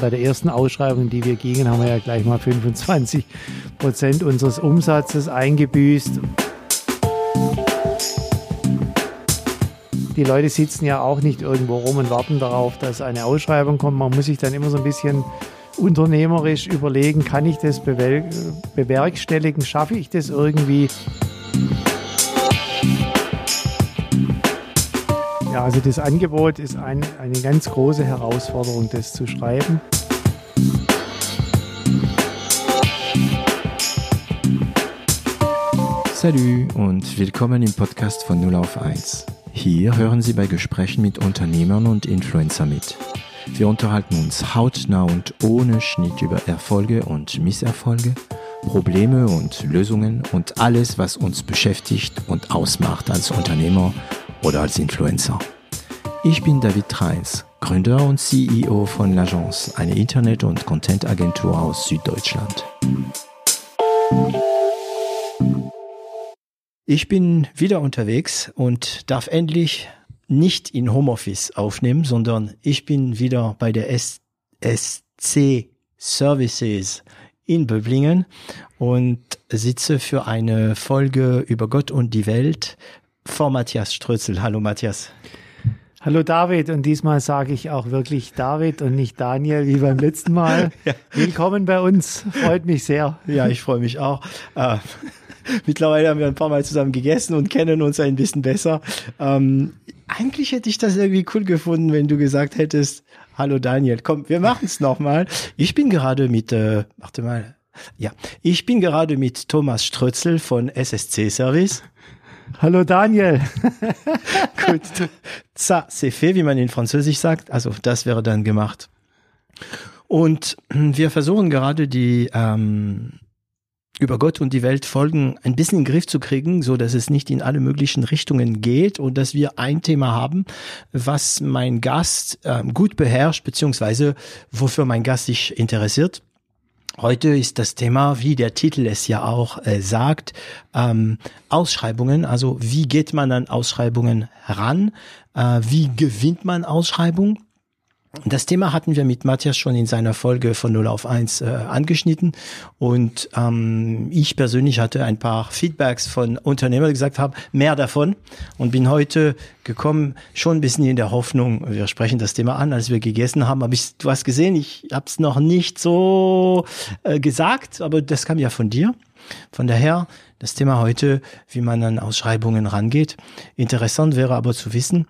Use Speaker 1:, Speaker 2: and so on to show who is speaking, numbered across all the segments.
Speaker 1: Bei der ersten Ausschreibung, die wir gingen, haben wir ja gleich mal 25% unseres Umsatzes eingebüßt. Die Leute sitzen ja auch nicht irgendwo rum und warten darauf, dass eine Ausschreibung kommt. Man muss sich dann immer so ein bisschen unternehmerisch überlegen, kann ich das bewerkstelligen, schaffe ich das irgendwie? Ja, also das Angebot ist eine ganz große Herausforderung, das zu schreiben.
Speaker 2: Salut und willkommen im Podcast von 0 auf 1. Hier hören Sie bei Gesprächen mit Unternehmern und Influencer mit. Wir unterhalten uns hautnah und ohne Schnitt über Erfolge und Misserfolge, Probleme und Lösungen und alles, was uns beschäftigt und ausmacht als Unternehmer oder als Influencer. Ich bin David Treins, Gründer und CEO von L'Agence, eine Internet- und Content-Agentur aus Süddeutschland. Ich bin wieder unterwegs und darf endlich nicht in Homeoffice aufnehmen, sondern ich bin wieder bei der SSC Services in Böblingen und sitze für eine Folge über Gott und die Welt vor Matthias Strötzl. Hallo Matthias.
Speaker 1: Hallo David, und diesmal sage ich auch wirklich David und nicht Daniel wie beim letzten Mal. Ja. Willkommen bei uns, freut mich sehr.
Speaker 2: Ja, ich freue mich auch. Mittlerweile haben wir ein paar Mal zusammen gegessen und kennen uns ein bisschen besser. Eigentlich hätte ich das irgendwie cool gefunden, wenn du gesagt hättest, hallo Daniel, komm, wir machen es nochmal. Ich bin gerade mit, ich bin gerade mit Thomas Strötzl von SSC Service.
Speaker 1: Hallo Daniel.
Speaker 2: Gut. Ça, c'est fait, wie man in Französisch sagt. Also das wäre dann gemacht. Und wir versuchen gerade die über Gott und die Welt Folgen ein bisschen in den Griff zu kriegen, so dass es nicht in alle möglichen Richtungen geht und dass wir ein Thema haben, was mein Gast gut beherrscht, beziehungsweise wofür mein Gast sich interessiert. Heute ist das Thema, wie der Titel es ja auch sagt, Ausschreibungen. Also wie geht man an Ausschreibungen heran? Wie gewinnt man Ausschreibungen? Das Thema hatten wir mit Matthias schon in seiner Folge von 0 auf 1 angeschnitten und ich persönlich hatte ein paar Feedbacks von Unternehmern, die gesagt haben, mehr davon, und bin heute gekommen, schon ein bisschen in der Hoffnung, wir sprechen das Thema an, als wir gegessen haben, aber du hast gesehen, ich habe es noch nicht so gesagt, aber das kam ja von dir. Von daher, das Thema heute, wie man an Ausschreibungen rangeht. Interessant wäre aber zu wissen,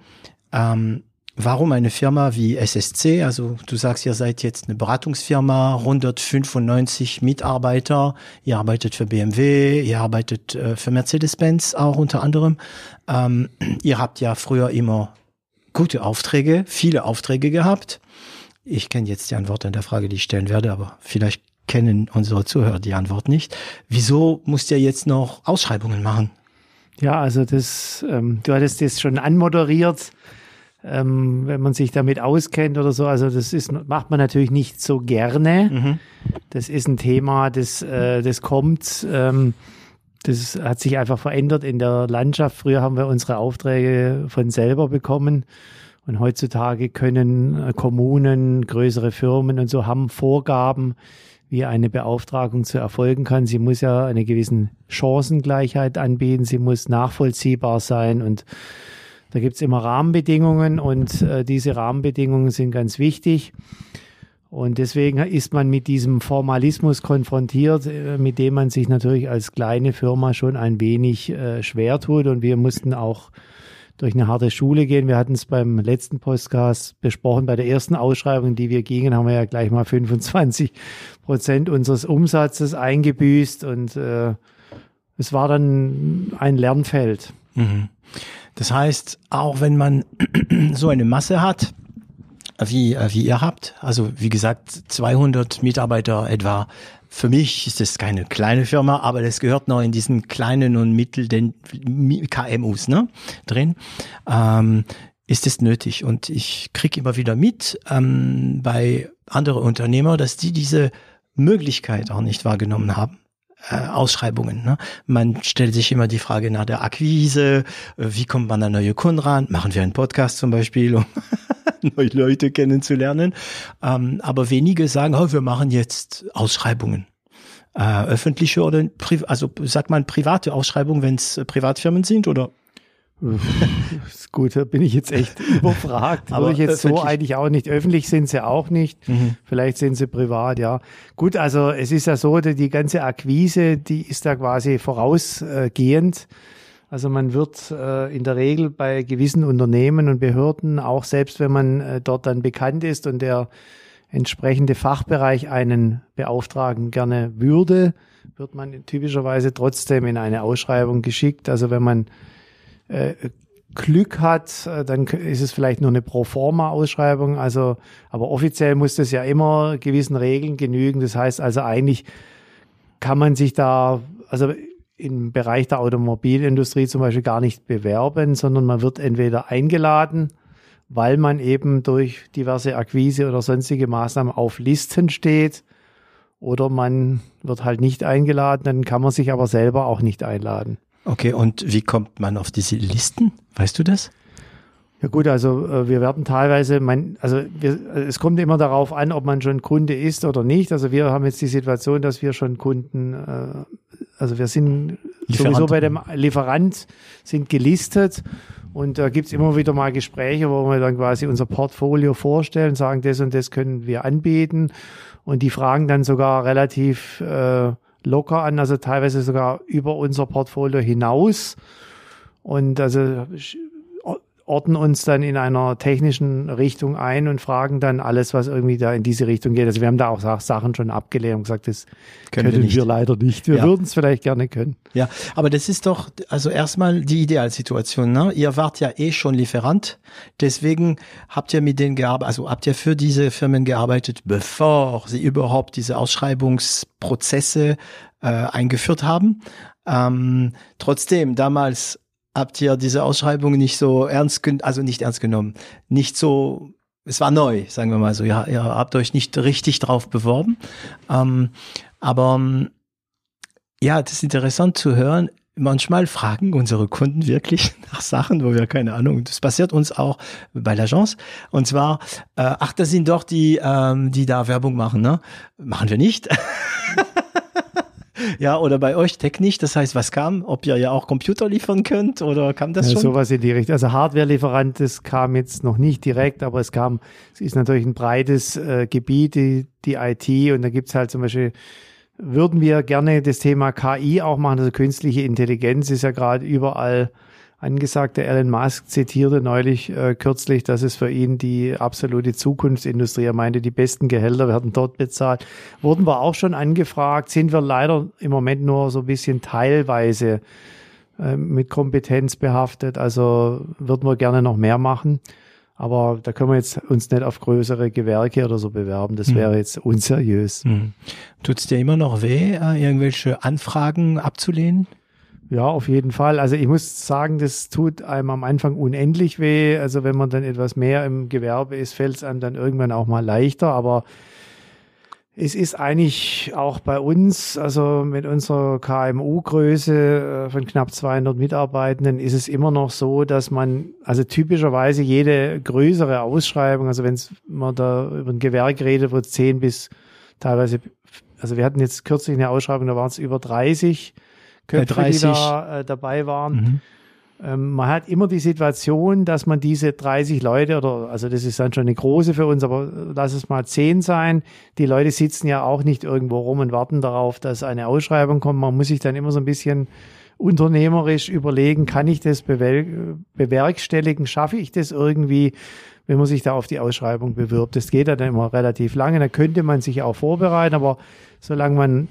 Speaker 2: warum eine Firma wie SSC, also du sagst, ihr seid jetzt eine Beratungsfirma, 195 Mitarbeiter, ihr arbeitet für BMW, ihr arbeitet für Mercedes-Benz auch unter anderem. Ihr habt ja früher immer gute Aufträge, viele Aufträge gehabt. Ich kenne jetzt die Antwort an der Frage, die ich stellen werde, aber vielleicht kennen unsere Zuhörer die Antwort nicht. Wieso müsst ihr jetzt noch Ausschreibungen machen?
Speaker 1: Ja, also du hattest das schon anmoderiert. Wenn man sich damit auskennt oder so, also macht man natürlich nicht so gerne. Mhm. Das ist ein Thema, das kommt, das hat sich einfach verändert in der Landschaft. Früher haben wir unsere Aufträge von selber bekommen und heutzutage können Kommunen, größere Firmen und so haben Vorgaben, wie eine Beauftragung zu erfolgen kann. Sie muss ja eine gewisse Chancengleichheit anbieten, sie muss nachvollziehbar sein und da gibt's immer Rahmenbedingungen und diese Rahmenbedingungen sind ganz wichtig. Und deswegen ist man mit diesem Formalismus konfrontiert, mit dem man sich natürlich als kleine Firma schon ein wenig schwer tut. Und wir mussten auch durch eine harte Schule gehen. Wir hatten es beim letzten Podcast besprochen. Bei der ersten Ausschreibung, die wir gingen, haben wir ja gleich mal 25% unseres Umsatzes eingebüßt. Und es war dann ein Lernfeld.
Speaker 2: Mhm. Das heißt, auch wenn man so eine Masse hat, wie ihr habt, also wie gesagt 200 Mitarbeiter etwa, für mich ist das keine kleine Firma, aber das gehört noch in diesen kleinen und den KMUs drin, ist es nötig. Und ich kriege immer wieder mit bei anderen Unternehmern, dass die diese Möglichkeit auch nicht wahrgenommen haben. Ausschreibungen. Ne? Man stellt sich immer die Frage nach der Akquise, wie kommt man an neue Kunden ran? Machen wir einen Podcast zum Beispiel, um neue Leute kennenzulernen. Aber wenige sagen, oh, wir machen jetzt Ausschreibungen. Öffentliche oder also sagt man private Ausschreibungen, wenn es Privatfirmen sind, oder?
Speaker 1: Ist gut, da bin ich jetzt echt überfragt. Aber würde ich jetzt so eigentlich auch nicht. Öffentlich sind sie auch nicht. Vielleicht sind sie privat, ja. Gut, also es ist ja so, die ganze Akquise, die ist da quasi vorausgehend. Also man wird in der Regel bei gewissen Unternehmen und Behörden, auch selbst wenn man dort dann bekannt ist und der entsprechende Fachbereich einen beauftragen gerne würde, wird man typischerweise trotzdem in eine Ausschreibung geschickt. Also wenn man Glück hat, dann ist es vielleicht nur eine Proforma-Ausschreibung. Also, aber offiziell muss das ja immer gewissen Regeln genügen. Das heißt also eigentlich kann man sich da, also im Bereich der Automobilindustrie zum Beispiel gar nicht bewerben, sondern man wird entweder eingeladen, weil man eben durch diverse Akquise oder sonstige Maßnahmen auf Listen steht, oder man wird halt nicht eingeladen, dann kann man sich aber selber auch nicht einladen.
Speaker 2: Okay, und wie kommt man auf diese Listen? Weißt du das?
Speaker 1: Ja gut, also wir werden teilweise, es kommt immer darauf an, ob man schon Kunde ist oder nicht. Also wir haben jetzt die Situation, dass wir schon Kunden, also wir sind sowieso bei dem Lieferant, sind gelistet, und da gibt's immer wieder mal Gespräche, wo wir dann quasi unser Portfolio vorstellen, sagen, das und das können wir anbieten, und die fragen dann sogar relativ locker an, also teilweise sogar über unser Portfolio hinaus, und also orten uns dann in einer technischen Richtung ein und fragen dann alles, was irgendwie da in diese Richtung geht. Also wir haben da auch Sachen schon abgelehnt und gesagt, das können wir leider nicht. Wir würden es vielleicht gerne können.
Speaker 2: Ja, aber das ist doch also erstmal die Idealsituation, ne? Ihr wart ja schon Lieferant, deswegen habt ihr mit denen gearbeitet, also habt ihr für diese Firmen gearbeitet, bevor sie überhaupt diese Ausschreibungsprozesse eingeführt haben. Trotzdem, damals habt ihr diese Ausschreibung nicht so nicht ernst genommen, nicht so, es war neu, sagen wir mal so, ja, ihr habt euch nicht richtig drauf beworben, aber ja, das ist interessant zu hören. Manchmal fragen unsere Kunden wirklich nach Sachen, wo wir keine Ahnung, das passiert uns auch bei l'Agence, und zwar, das sind doch die da Werbung machen, ne? Machen wir nicht. Ja, oder bei euch technisch, das heißt, was kam? Ob ihr ja auch Computer liefern könnt, oder kam das schon?
Speaker 1: Sowas in die Richtung. Also Hardware-Lieferant, das kam jetzt noch nicht direkt, aber es ist natürlich ein breites Gebiet, die IT, und da gibt's halt zum Beispiel, würden wir gerne das Thema KI auch machen, also künstliche Intelligenz ist ja gerade überall angesagt. Der Elon Musk zitierte neulich kürzlich, dass es für ihn die absolute Zukunftsindustrie, er meinte, die besten Gehälter werden dort bezahlt. Wurden wir auch schon angefragt, sind wir leider im Moment nur so ein bisschen teilweise mit Kompetenz behaftet, also würden wir gerne noch mehr machen. Aber da können wir jetzt uns nicht auf größere Gewerke oder so bewerben. Das wäre jetzt unseriös.
Speaker 2: Tut's dir immer noch weh, irgendwelche Anfragen abzulehnen?
Speaker 1: Ja, auf jeden Fall. Also ich muss sagen, das tut einem am Anfang unendlich weh. Also wenn man dann etwas mehr im Gewerbe ist, fällt es einem dann irgendwann auch mal leichter. Aber es ist eigentlich auch bei uns, also mit unserer KMU-Größe von knapp 200 Mitarbeitenden, ist es immer noch so, dass man, also typischerweise jede größere Ausschreibung, also wenn man da über ein Gewerk redet, wo 10 bis teilweise, also wir hatten jetzt kürzlich eine Ausschreibung, da waren es über 30 Köpfe, die da dabei waren. Man hat immer die Situation, dass man diese 30 Leute, also das ist dann schon eine große für uns, aber lass es mal 10 sein. Die Leute sitzen ja auch nicht irgendwo rum und warten darauf, dass eine Ausschreibung kommt. Man muss sich dann immer so ein bisschen unternehmerisch überlegen, kann ich das bewerkstelligen, schaffe ich das irgendwie, wenn man sich da auf die Ausschreibung bewirbt. Das geht dann immer relativ lange, da könnte man sich auch vorbereiten, aber solange man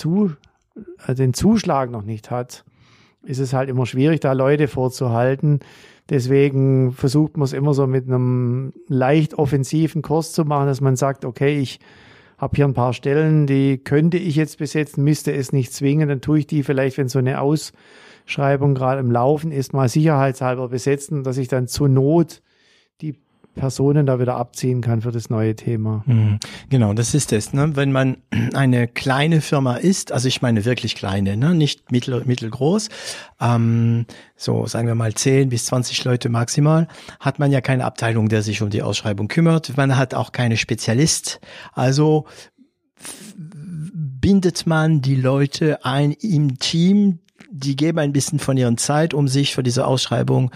Speaker 1: den Zuschlag noch nicht hat, ist es halt immer schwierig, da Leute vorzuhalten. Deswegen versucht man es immer so mit einem leicht offensiven Kurs zu machen, dass man sagt, okay, ich habe hier ein paar Stellen, die könnte ich jetzt besetzen, müsste es nicht zwingen, dann tue ich die vielleicht, wenn so eine Ausschreibung gerade im Laufen ist, mal sicherheitshalber besetzen, dass ich dann zur Not die Personen da wieder abziehen kann für das neue Thema.
Speaker 2: Genau, das ist es. Ne? Wenn man eine kleine Firma ist, also ich meine wirklich kleine, ne? Nicht mittelgroß, so sagen wir mal 10 bis 20 Leute maximal, hat man ja keine Abteilung, der sich um die Ausschreibung kümmert. Man hat auch keine Spezialist. Also bindet man die Leute ein im Team, die geben ein bisschen von ihrer Zeit, um sich für diese Ausschreibung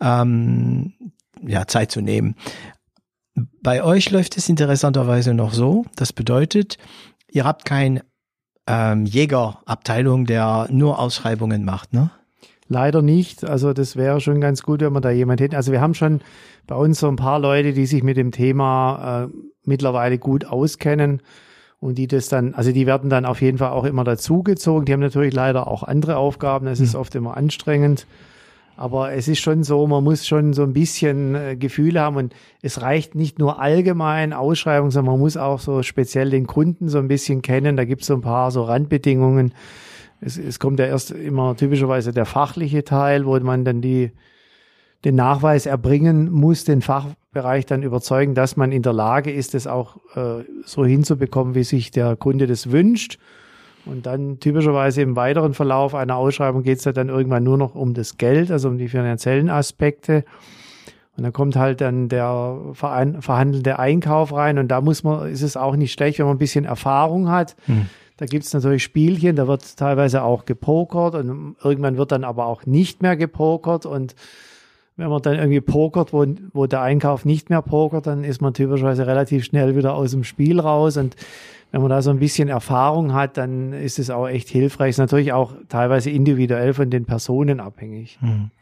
Speaker 2: Zeit zu nehmen. Bei euch läuft es interessanterweise noch so. Das bedeutet, ihr habt keine Jägerabteilung, der nur Ausschreibungen macht, ne?
Speaker 1: Leider nicht. Also das wäre schon ganz gut, wenn wir da jemand hätten. Also wir haben schon bei uns so ein paar Leute, die sich mit dem Thema mittlerweile gut auskennen und die das dann, also die werden dann auf jeden Fall auch immer dazugezogen. Die haben natürlich leider auch andere Aufgaben. Es ist oft immer anstrengend. Aber es ist schon so, man muss schon so ein bisschen Gefühle haben und es reicht nicht nur allgemein Ausschreibung, sondern man muss auch so speziell den Kunden so ein bisschen kennen. Da gibt es so ein paar so Randbedingungen. Es kommt ja erst immer typischerweise der fachliche Teil, wo man dann den Nachweis erbringen muss, den Fachbereich dann überzeugen, dass man in der Lage ist, das auch so hinzubekommen, wie sich der Kunde das wünscht. Und dann typischerweise im weiteren Verlauf einer Ausschreibung geht es ja dann irgendwann nur noch um das Geld, also um die finanziellen Aspekte. Und dann kommt halt dann der verhandelte Einkauf rein und da ist es auch nicht schlecht, wenn man ein bisschen Erfahrung hat. Da gibt es natürlich Spielchen, da wird teilweise auch gepokert und irgendwann wird dann aber auch nicht mehr gepokert und wenn man dann irgendwie pokert, wo der Einkauf nicht mehr pokert, dann ist man typischerweise relativ schnell wieder aus dem Spiel raus und wenn man da so ein bisschen Erfahrung hat, dann ist es auch echt hilfreich. Ist natürlich auch teilweise individuell von den Personen abhängig.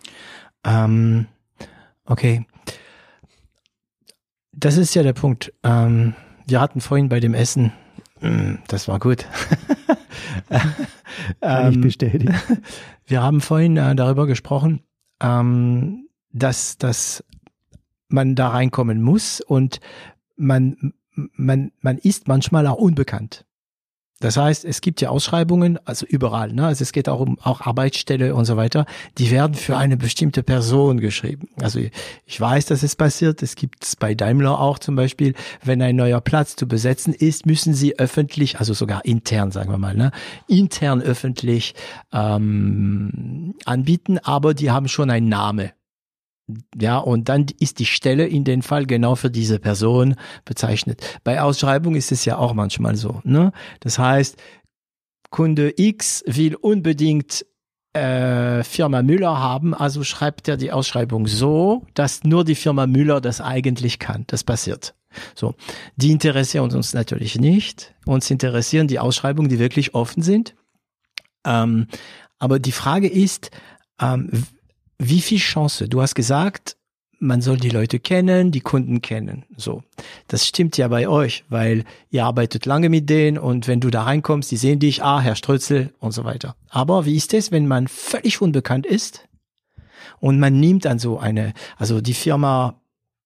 Speaker 2: Okay. Das ist ja der Punkt. Wir hatten vorhin bei dem Essen, das war gut.
Speaker 1: Kann ich bestätigen.
Speaker 2: Wir haben vorhin darüber gesprochen, dass man da reinkommen muss und man ist manchmal auch unbekannt. Das heißt, es gibt ja Ausschreibungen, also überall, ne? Also es geht auch um Arbeitsstelle und so weiter, die werden für eine bestimmte Person geschrieben. Also ich weiß, dass es passiert, es gibt es bei Daimler auch zum Beispiel, wenn ein neuer Platz zu besetzen ist, müssen sie öffentlich, also sogar intern, sagen wir mal, ne? Intern öffentlich anbieten, aber die haben schon einen Namen. Ja, und dann ist die Stelle in dem Fall genau für diese Person bezeichnet. Bei Ausschreibung ist es ja auch manchmal so, ne? Das heißt, Kunde X will unbedingt Firma Müller haben, also schreibt er die Ausschreibung so, dass nur die Firma Müller das eigentlich kann. Das passiert. So, die interessieren uns natürlich nicht. Uns interessieren die Ausschreibungen, die wirklich offen sind. Aber die Frage ist, wie viel Chance? Du hast gesagt, man soll die Leute kennen, die Kunden kennen. So, das stimmt ja bei euch, weil ihr arbeitet lange mit denen und wenn du da reinkommst, die sehen dich, Herr Strötzel und so weiter. Aber wie ist es, wenn man völlig unbekannt ist und man nimmt dann also die Firma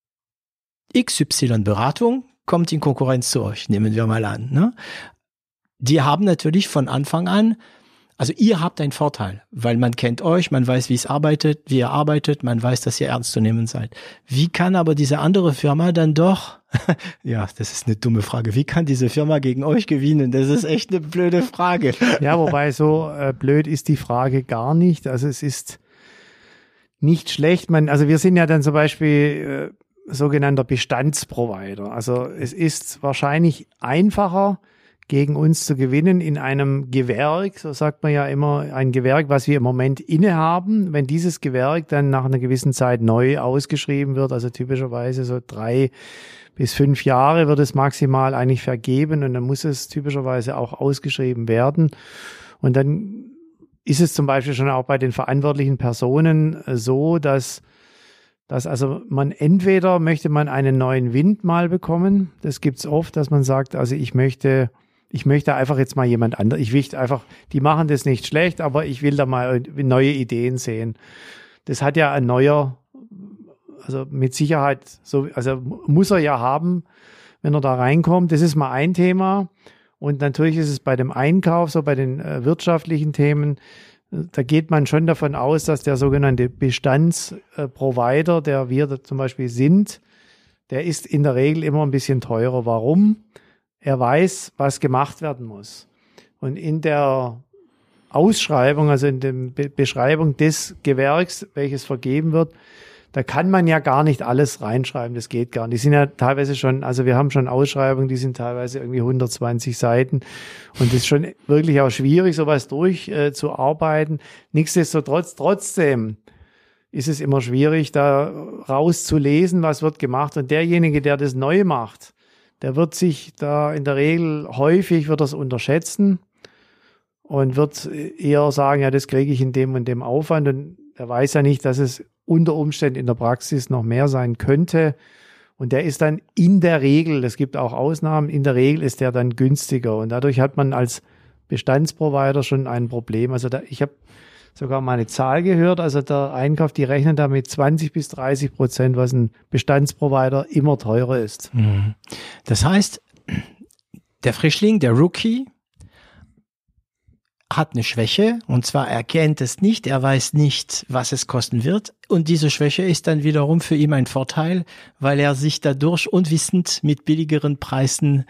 Speaker 2: XY Beratung kommt in Konkurrenz zu euch, nehmen wir mal an, ne? Die haben natürlich von Anfang an, also ihr habt einen Vorteil, weil man kennt euch, man weiß, wie ihr arbeitet, man weiß, dass ihr ernst zu nehmen seid. Wie kann aber diese andere Firma dann doch, ja, das ist eine dumme Frage, wie kann diese Firma gegen euch gewinnen? Das ist echt eine blöde Frage.
Speaker 1: Ja, wobei so blöd ist die Frage gar nicht. Also es ist nicht schlecht. Also wir sind ja dann zum Beispiel sogenannter Bestandsprovider. Also es ist wahrscheinlich einfacher, gegen uns zu gewinnen in einem Gewerk, so sagt man ja immer, ein Gewerk, was wir im Moment innehaben. Wenn dieses Gewerk dann nach einer gewissen Zeit neu ausgeschrieben wird, also typischerweise so 3 bis 5 Jahre wird es maximal eigentlich vergeben und dann muss es typischerweise auch ausgeschrieben werden. Und dann ist es zum Beispiel schon auch bei den verantwortlichen Personen so, dass also entweder möchte man einen neuen Wind mal bekommen. Das gibt's oft, dass man sagt, also ich möchte einfach jetzt mal jemand anderes. Die machen das nicht schlecht, aber ich will da mal neue Ideen sehen. Das hat ja also mit Sicherheit also muss er ja haben, wenn er da reinkommt. Das ist mal ein Thema. Und natürlich ist es bei dem Einkauf, so bei den wirtschaftlichen Themen, da geht man schon davon aus, dass der sogenannte Bestandsprovider, der wir zum Beispiel sind, der ist in der Regel immer ein bisschen teurer. Warum? Er weiß, was gemacht werden muss. Und in der Ausschreibung, also in der Beschreibung des Gewerks, welches vergeben wird, da kann man ja gar nicht alles reinschreiben, das geht gar nicht. Die sind ja teilweise schon, also wir haben schon Ausschreibungen, die sind teilweise irgendwie 120 Seiten und das ist schon wirklich auch schwierig, sowas durchzuarbeiten. Nichtsdestotrotz, trotzdem ist es immer schwierig, da rauszulesen, was wird gemacht, und derjenige, der das neu macht, der wird sich da in der Regel häufig, wird das unterschätzen und wird eher sagen, ja, das kriege ich in dem und dem Aufwand, und er weiß ja nicht, dass es unter Umständen in der Praxis noch mehr sein könnte. Und der ist dann in der Regel, es gibt auch Ausnahmen, in der Regel ist der dann günstiger. Und dadurch hat man als Bestandsprovider schon ein Problem. Also ich habe sogar mal eine Zahl gehört, also der Einkauf, die rechnen da mit 20-30%, was ein Bestandsprovider immer teurer ist.
Speaker 2: Das heißt, der Frischling, der Rookie, hat eine Schwäche, und zwar er kennt es nicht, er weiß nicht, was es kosten wird, und diese Schwäche ist dann wiederum für ihn ein Vorteil, weil er sich dadurch unwissend mit billigeren Preisen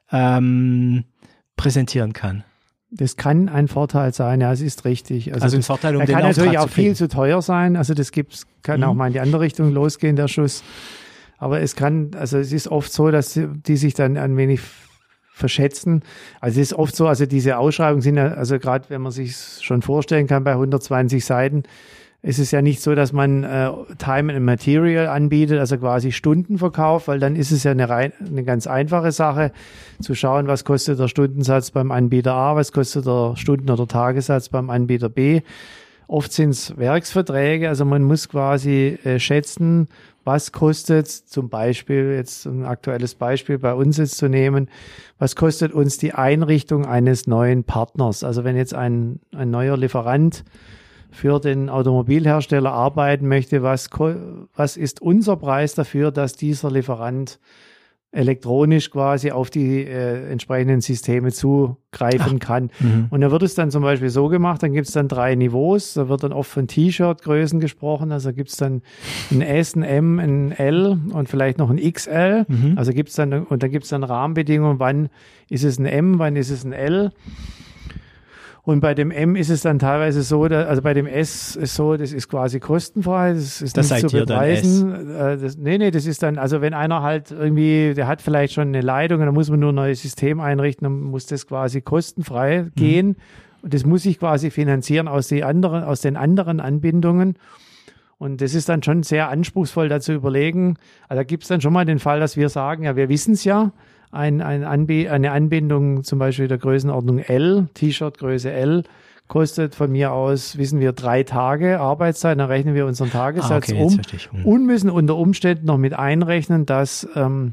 Speaker 2: präsentieren kann.
Speaker 1: Das kann ein Vorteil sein, ja, es ist richtig.
Speaker 2: Also ein Vorteil, um
Speaker 1: er
Speaker 2: den
Speaker 1: kann
Speaker 2: Auftrag
Speaker 1: natürlich auch
Speaker 2: zu kriegen.
Speaker 1: viel zu teuer sein, also das kann auch mal in die andere Richtung losgehen, der Schuss. Aber es ist oft so, dass die sich dann ein wenig verschätzen. Also es ist oft so, also diese Ausschreibungen sind ja, also gerade wenn man sich schon vorstellen kann, bei 120 Seiten, ist es ja nicht so, dass man Time and Material anbietet, also quasi Stundenverkauf, weil dann ist es ja eine ganz einfache Sache, zu schauen, was kostet der Stundensatz beim Anbieter A, was kostet der Stunden- oder Tagessatz beim Anbieter B. Oft sind es Werksverträge, also man muss quasi schätzen, was kostet zum Beispiel, jetzt ein aktuelles Beispiel bei uns jetzt zu nehmen, was kostet uns die Einrichtung eines neuen Partners? Also wenn jetzt ein neuer Lieferant für den Automobilhersteller arbeiten möchte, was ist unser Preis dafür, dass dieser Lieferant elektronisch quasi auf die entsprechenden Systeme zugreifen kann. Und da wird es dann zum Beispiel so gemacht, dann gibt es dann 3 Niveaus, da wird dann oft von T-Shirt-Größen gesprochen, also gibt es dann ein S, ein M, ein L und vielleicht noch ein XL, also gibt es dann, und dann gibt es dann Rahmenbedingungen, wann ist es ein M, wann ist es ein L. Und bei dem M ist es dann teilweise so, also bei dem S ist so, das ist quasi kostenfrei, das ist
Speaker 2: das
Speaker 1: nicht zu bepreisen. Das ist dann, also wenn einer halt irgendwie, der hat vielleicht schon eine Leitung, dann muss man nur ein neues System einrichten, dann muss das quasi kostenfrei gehen. Und das muss ich quasi finanzieren aus den anderen Anbindungen. Und das ist dann schon sehr anspruchsvoll, da zu überlegen. Also da gibt es dann schon mal den Fall, dass wir sagen, ja, wir wissen es ja, eine Anbindung zum Beispiel der Größenordnung L, T-Shirt Größe L, kostet von mir aus, wissen wir, 3 Tage Arbeitszeit, dann rechnen wir unseren Tagessatz um und müssen unter Umständen noch mit einrechnen, dass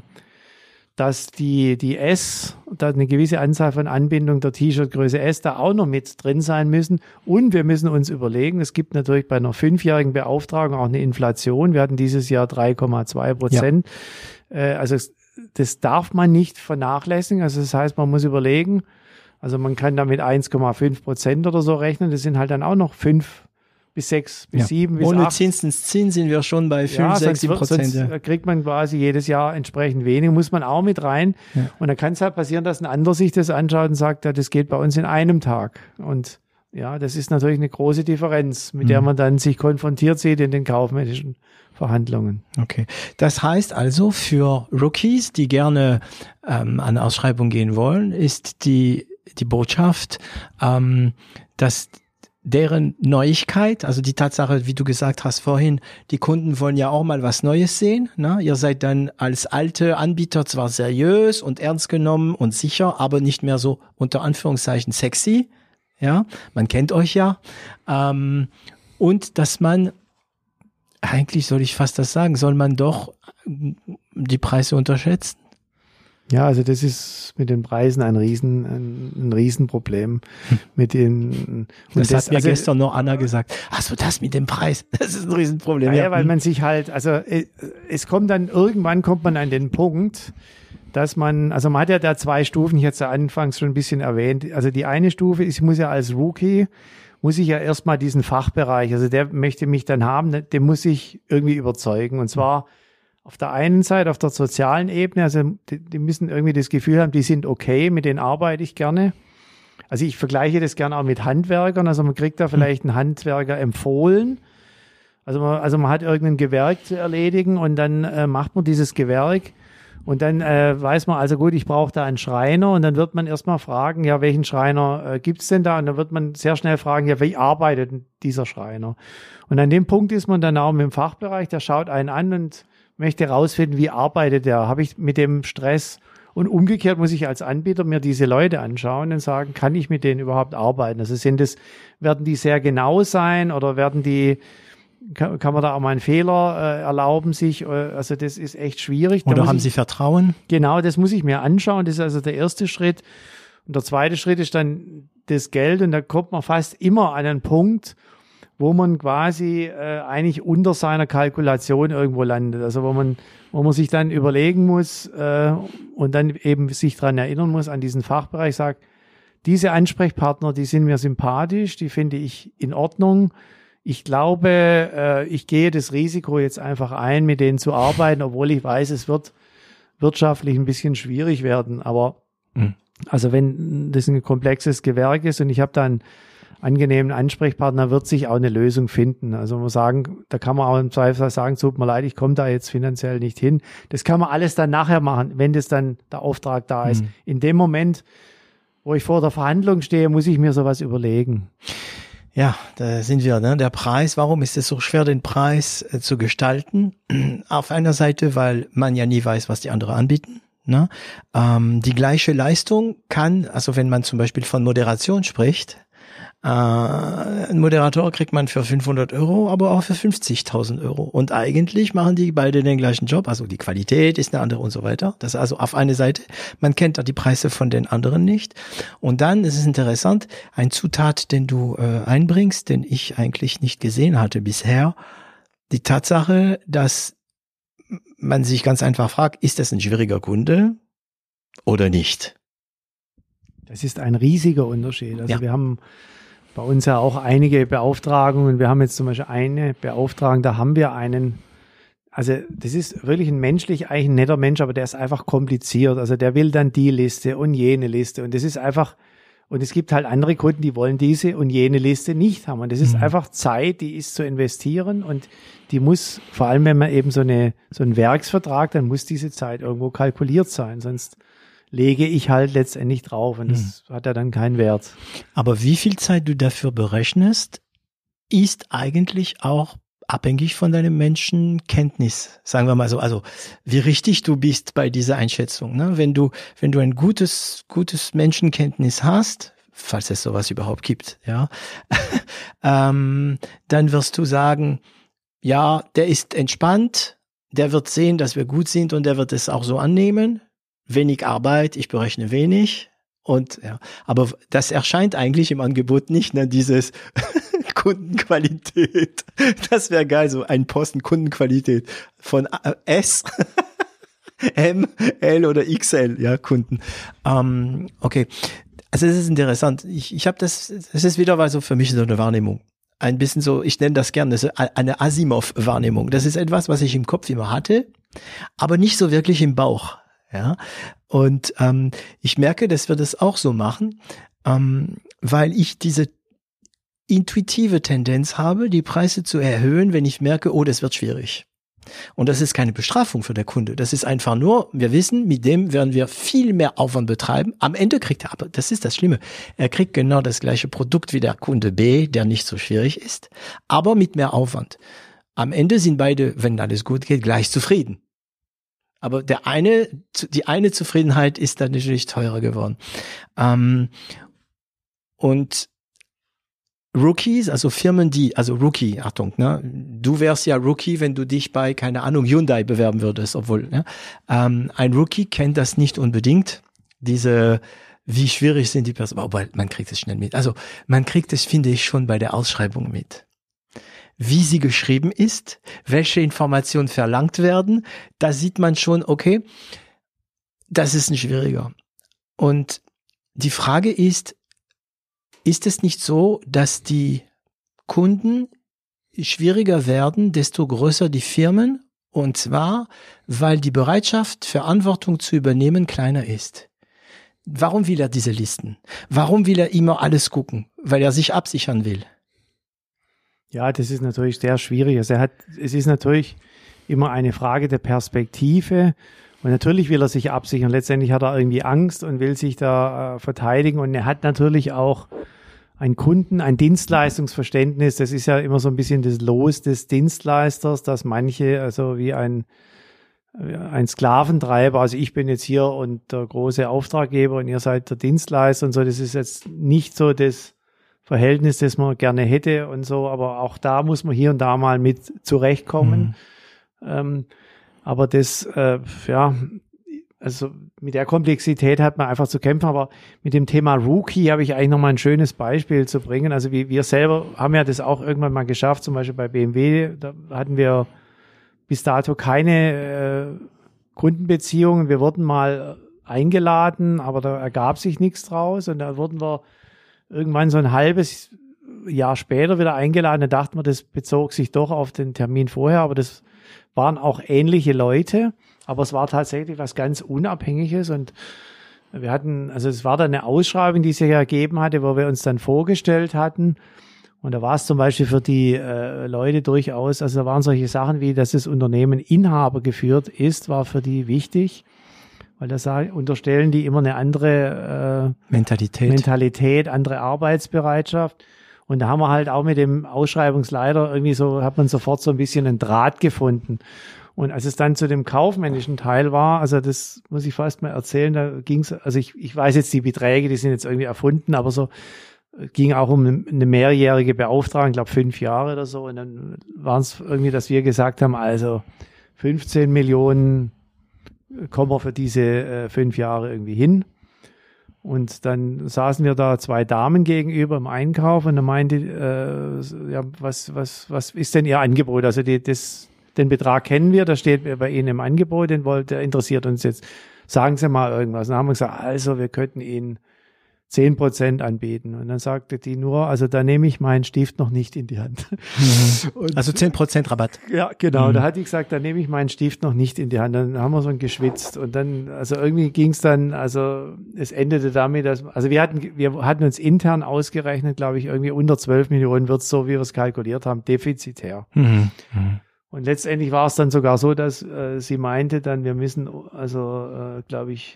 Speaker 1: die S, da eine gewisse Anzahl von Anbindungen der T-Shirt-Größe S da auch noch mit drin sein müssen. Und wir müssen uns überlegen, es gibt natürlich bei einer 5-jährigen Beauftragung auch eine Inflation. Wir hatten dieses Jahr 3,2%. Ja. Also das darf man nicht vernachlässigen. Also das heißt, man muss überlegen, also man kann damit 1,5% oder so rechnen. Das sind halt dann auch noch 5 bis 6 bis 7 bis 8.
Speaker 2: Ohne Zinseszins sind wir schon bei 5, 6, 7%.
Speaker 1: Sonst kriegt man quasi jedes Jahr entsprechend wenig, muss man auch mit rein. Ja. Und dann kann es halt passieren, dass ein anderer sich das anschaut und sagt, ja, das geht bei uns in einem Tag. Und ja, das ist natürlich eine große Differenz, mit der man dann sich konfrontiert sieht in den kaufmännischen Verhandlungen.
Speaker 2: Okay. Das heißt also, für Rookies, die gerne an Ausschreibung gehen wollen, ist die Botschaft, dass deren Neuigkeit, also die Tatsache, wie du gesagt hast vorhin, die Kunden wollen ja auch mal was Neues sehen. Ne? Ihr seid dann als alte Anbieter zwar seriös und ernst genommen und sicher, aber nicht mehr so unter Anführungszeichen sexy. Ja, man kennt euch ja. Und dass man, eigentlich soll ich fast das sagen, soll man doch die Preise unterschätzen?
Speaker 1: Ja, also das ist mit den Preisen ein Riesenproblem. Mit den,
Speaker 2: das hat mir gestern noch Anna gesagt. Hast du das mit dem Preis? Das ist ein Riesenproblem.
Speaker 1: Ja, weil man sich halt, also irgendwann kommt man an den Punkt, dass man hat ja da 2 Stufen, ich hatte es ja anfangs schon ein bisschen erwähnt. Also die eine Stufe ist, ich muss ja als Rookie, muss ich ja erstmal diesen Fachbereich, also der möchte mich dann haben, den muss ich irgendwie überzeugen. Und zwar auf der einen Seite, auf der sozialen Ebene, also die müssen irgendwie das Gefühl haben, die sind okay, mit denen arbeite ich gerne. Also ich vergleiche das gerne auch mit Handwerkern, also man kriegt da vielleicht einen Handwerker empfohlen. Also man hat irgendein Gewerk zu erledigen und dann macht man dieses Gewerk und dann weiß man, also gut, ich brauche da einen Schreiner und dann wird man erstmal fragen, ja, welchen Schreiner gibt's denn da? Und dann wird man sehr schnell fragen, ja, wie arbeitet denn dieser Schreiner? Und an dem Punkt ist man dann auch mit dem Fachbereich, der schaut einen an und möchte herausfinden, wie arbeitet der? Habe ich mit dem Stress? Und umgekehrt muss ich als Anbieter mir diese Leute anschauen und sagen, kann ich mit denen überhaupt arbeiten? Also werden die sehr genau sein oder kann man da auch mal einen Fehler erlauben sich? Also das ist echt schwierig.
Speaker 2: Oder haben Sie Vertrauen?
Speaker 1: Genau, das muss ich mir anschauen. Das ist also der erste Schritt. Und der zweite Schritt ist dann das Geld. Und da kommt man fast immer an einen Punkt, wo man quasi eigentlich unter seiner Kalkulation irgendwo landet. Also wo man sich dann überlegen muss und dann eben sich dran erinnern muss an diesen Fachbereich, sagt, diese Ansprechpartner, die sind mir sympathisch, die finde ich in Ordnung. Ich glaube, ich gehe das Risiko jetzt einfach ein, mit denen zu arbeiten, obwohl ich weiß, es wird wirtschaftlich ein bisschen schwierig werden. Aber also wenn das ein komplexes Gewerk ist und ich habe dann angenehmen Ansprechpartner, wird sich auch eine Lösung finden. Also da kann man auch im Zweifel sagen, tut mir leid, ich komme da jetzt finanziell nicht hin. Das kann man alles dann nachher machen, wenn das dann der Auftrag da ist. In dem Moment, wo ich vor der Verhandlung stehe, muss ich mir sowas überlegen.
Speaker 2: Ja, da sind wir, ne? Der Preis, warum ist es so schwer, den Preis zu gestalten? Auf einer Seite, weil man ja nie weiß, was die anderen anbieten. Ne? Die gleiche Leistung kann, also wenn man zum Beispiel von Moderation spricht, ein Moderator kriegt man für 500 €, aber auch für 50.000 €. Und eigentlich machen die beide den gleichen Job. Also die Qualität ist eine andere und so weiter. Das ist also auf eine Seite. Man kennt da die Preise von den anderen nicht. Und dann ist es interessant, ein Zutat, den du einbringst, den ich eigentlich nicht gesehen hatte bisher. Die Tatsache, dass man sich ganz einfach fragt, ist das ein schwieriger Kunde oder nicht?
Speaker 1: Das ist ein riesiger Unterschied. Also wir haben bei uns ja auch einige Beauftragungen. Wir haben jetzt zum Beispiel eine Beauftragung, da haben wir also das ist wirklich eigentlich ein netter Mensch, aber der ist einfach kompliziert. Also der will dann die Liste und jene Liste und das ist einfach, und es gibt halt andere Kunden, die wollen diese und jene Liste nicht haben. Und das ist einfach Zeit, die ist zu investieren und die muss, vor allem wenn man eben so einen Werksvertrag, dann muss diese Zeit irgendwo kalkuliert sein, sonst lege ich halt letztendlich drauf und das hat ja dann keinen Wert.
Speaker 2: Aber wie viel Zeit du dafür berechnest, ist eigentlich auch abhängig von deinem Menschenkenntnis, sagen wir mal so. Also wie richtig du bist bei dieser Einschätzung. Ne? Wenn du ein gutes Menschenkenntnis hast, falls es sowas überhaupt gibt, ja, dann wirst du sagen, ja, der ist entspannt, der wird sehen, dass wir gut sind und der wird es auch so annehmen. Wenig Arbeit, ich berechne wenig und ja, aber das erscheint eigentlich im Angebot nicht, ne, dieses Kundenqualität. Das wäre geil, so ein Posten Kundenqualität von S, M, L oder XL, ja, Kunden. Okay, also das ist interessant. Ich habe das ist wieder mal so für mich so eine Wahrnehmung. Ein bisschen so, ich nenne das gerne, das ist eine Asimov-Wahrnehmung. Das ist etwas, was ich im Kopf immer hatte, aber nicht so wirklich im Bauch. Ja, und ich merke, dass wir das auch so machen, weil ich diese intuitive Tendenz habe, die Preise zu erhöhen, wenn ich merke, oh, das wird schwierig. Und das ist keine Bestrafung für den Kunde. Das ist einfach nur, wir wissen, mit dem werden wir viel mehr Aufwand betreiben. Am Ende kriegt er, aber das ist das Schlimme, er kriegt genau das gleiche Produkt wie der Kunde B, der nicht so schwierig ist, aber mit mehr Aufwand. Am Ende sind beide, wenn alles gut geht, gleich zufrieden. Aber die eine Zufriedenheit ist dann natürlich teurer geworden. Und Rookies, also Firmen, Rookie, Achtung, ne? Du wärst ja Rookie, wenn du dich bei, keine Ahnung, Hyundai bewerben würdest, obwohl, ne? Ein Rookie kennt das nicht unbedingt. Wie schwierig sind die Personen, aber man kriegt es schnell mit. Also, man kriegt es, finde ich, schon bei der Ausschreibung mit. Wie sie geschrieben ist, welche Informationen verlangt werden, da sieht man schon, okay, das ist ein schwieriger. Und die Frage ist es nicht so, dass die Kunden schwieriger werden, desto größer die Firmen Und zwar, weil die Bereitschaft, Verantwortung zu übernehmen, kleiner ist. Warum will er diese Listen? Warum will er immer alles gucken? Weil er sich absichern will.
Speaker 1: Ja, das ist natürlich sehr schwierig. Also es ist natürlich immer eine Frage der Perspektive. Und natürlich will er sich absichern. Letztendlich hat er irgendwie Angst und will sich da verteidigen. Und er hat natürlich auch ein Dienstleistungsverständnis. Das ist ja immer so ein bisschen das Los des Dienstleisters, dass manche, also wie ein Sklaventreiber, also ich bin jetzt hier und der große Auftraggeber und ihr seid der Dienstleister und so. Das ist jetzt nicht so das Verhältnis, das man gerne hätte und so. Aber auch da muss man hier und da mal mit zurechtkommen. Aber das, also mit der Komplexität hat man einfach zu kämpfen. Aber mit dem Thema Rookie habe ich eigentlich nochmal ein schönes Beispiel zu bringen. Also wir selber haben ja das auch irgendwann mal geschafft, zum Beispiel bei BMW, da hatten wir bis dato keine Kundenbeziehungen. Wir wurden mal eingeladen, aber da ergab sich nichts draus. Und da wurden wir irgendwann so ein halbes Jahr später wieder eingeladen. Da dachten wir, das bezog sich doch auf den Termin vorher, aber das waren auch ähnliche Leute, aber es war tatsächlich was ganz Unabhängiges und wir hatten, also es war dann eine Ausschreibung, die sich ergeben hatte, wo wir uns dann vorgestellt hatten und da war es zum Beispiel für die Leute durchaus, also da waren solche Sachen wie, dass das Unternehmen Inhaber geführt ist, war für die wichtig, weil das unterstellen die immer eine andere Mentalität, andere Arbeitsbereitschaft. Und da haben wir halt auch mit dem Ausschreibungsleiter irgendwie so, hat man sofort so ein bisschen einen Draht gefunden. Und als es dann zu dem kaufmännischen Teil war, also das muss ich fast mal erzählen, da ging's, also ich weiß jetzt die Beträge, die sind jetzt irgendwie erfunden, aber so ging auch um eine mehrjährige Beauftragung, ich glaube 5 Jahre oder so. Und dann waren es irgendwie, dass wir gesagt haben, also 15 Millionen kommen wir für diese 5 Jahre irgendwie hin. Und dann saßen wir da 2 Damen gegenüber im Einkauf und er meinte, ja, was ist denn Ihr Angebot? Also den Betrag kennen wir, der steht bei Ihnen im Angebot, der interessiert uns jetzt. Sagen Sie mal irgendwas. Und dann haben wir gesagt, also wir könnten Ihnen 10% anbieten. Und dann sagte die nur, also da nehme ich meinen Stift noch nicht in die Hand.
Speaker 2: Und, also 10% Rabatt.
Speaker 1: Ja, genau. Da hat die gesagt, da nehme ich meinen Stift noch nicht in die Hand. Dann haben wir so geschwitzt. Und dann, also irgendwie ging es dann, also es endete damit, dass, also wir hatten uns intern ausgerechnet, glaube ich, irgendwie unter 12 Millionen wird es so, wie wir es kalkuliert haben, defizitär. Und letztendlich war es dann sogar so, dass sie meinte dann, wir müssen also, glaube ich,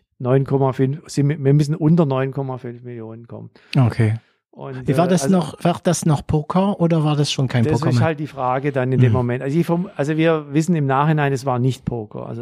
Speaker 1: 9,5, wir müssen unter 9,5 Millionen kommen.
Speaker 2: Okay.
Speaker 1: Und,
Speaker 2: war das noch Poker oder war das schon kein Poker mehr?
Speaker 1: Das ist halt die Frage dann in dem Moment. Also wir wissen im Nachhinein, es war nicht Poker. Also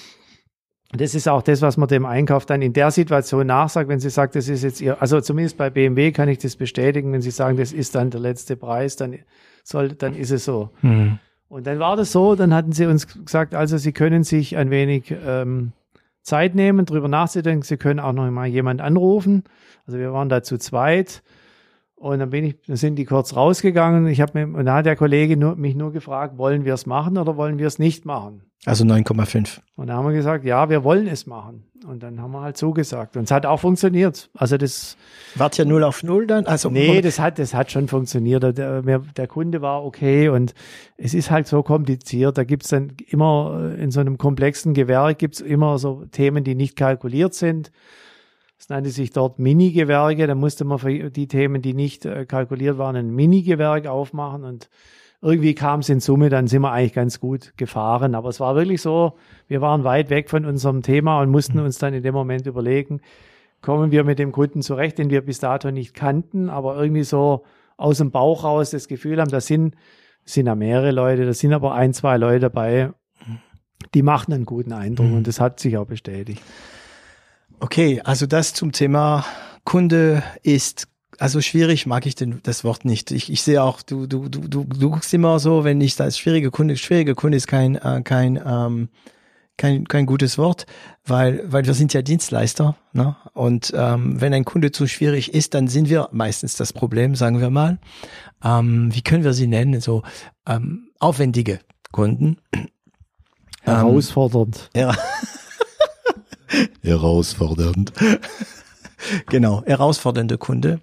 Speaker 1: das ist auch das, was man dem Einkauf dann in der Situation nachsagt, wenn sie sagt, das ist jetzt also zumindest bei BMW kann ich das bestätigen, wenn sie sagen, das ist dann der letzte Preis, dann ist es so. Und dann war das so, dann hatten sie uns gesagt, also sie können sich ein wenig Zeit nehmen, drüber nachzudenken, sie können auch noch mal jemand anrufen. Also wir waren da zu zweit und dann sind die kurz rausgegangen und da hat der Kollege mich nur gefragt, wollen wir es machen oder wollen wir es nicht machen?
Speaker 2: Also 9,5.
Speaker 1: Und da haben wir gesagt, ja, wir wollen es machen. Und dann haben wir halt zugesagt. Und es hat auch funktioniert. Also das
Speaker 2: wart ja 0 auf 0 dann? Also
Speaker 1: nee, das hat schon funktioniert. Der Kunde war okay und es ist halt so kompliziert. Da gibt's dann immer in so einem komplexen Gewerk gibt's immer so Themen, die nicht kalkuliert sind. Es nannte sich dort Mini-Gewerke. Da musste man für die Themen, die nicht kalkuliert waren, ein Mini-Gewerk aufmachen und irgendwie kam es in Summe, dann sind wir eigentlich ganz gut gefahren. Aber es war wirklich so, wir waren weit weg von unserem Thema und mussten uns dann in dem Moment überlegen, kommen wir mit dem Kunden zurecht, den wir bis dato nicht kannten, aber irgendwie so aus dem Bauch raus das Gefühl haben, das sind ja mehrere Leute, da sind aber 1, 2 Leute dabei, die machen einen guten Eindruck und das hat sich auch bestätigt.
Speaker 2: Okay, also das zum Thema Kunde ist also schwierig mag ich das Wort nicht. Ich sehe auch, du guckst immer so, wenn ich das schwierige Kunde ist kein gutes Wort, weil wir sind ja Dienstleister, ne? Und wenn ein Kunde zu schwierig ist, dann sind wir meistens das Problem, sagen wir mal. Wie können wir sie nennen? So aufwendige Kunden.
Speaker 1: Herausfordernd.
Speaker 2: Ja. Herausfordernd. Genau, herausfordernde Kunde.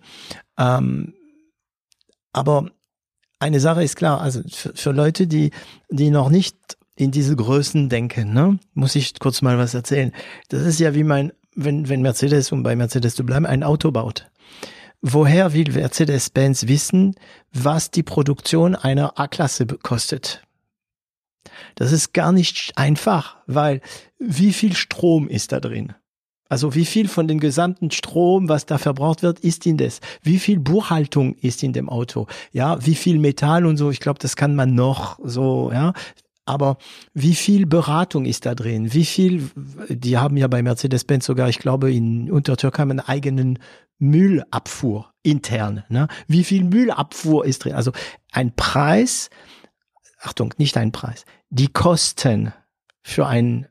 Speaker 2: Aber eine Sache ist klar, also für Leute, die noch nicht in diese Größen denken, ne? Muss ich kurz mal was erzählen. Das ist ja wie wenn Mercedes, um bei Mercedes zu bleiben, ein Auto baut. Woher will Mercedes-Benz wissen, was die Produktion einer A-Klasse kostet? Das ist gar nicht einfach, weil wie viel Strom ist da drin? Also wie viel von dem gesamten Strom, was da verbraucht wird, ist in das? Wie viel Buchhaltung ist in dem Auto? Ja, wie viel Metall und so? Ich glaube, das kann man noch so, ja. Aber wie viel Beratung ist da drin? Wie viel, die haben ja bei Mercedes-Benz sogar, ich glaube, in Untertürkheim einen eigenen Müllabfuhr intern, ne? Wie viel Müllabfuhr ist drin? Also ein Preis, Achtung, nicht ein Preis, die Kosten für ein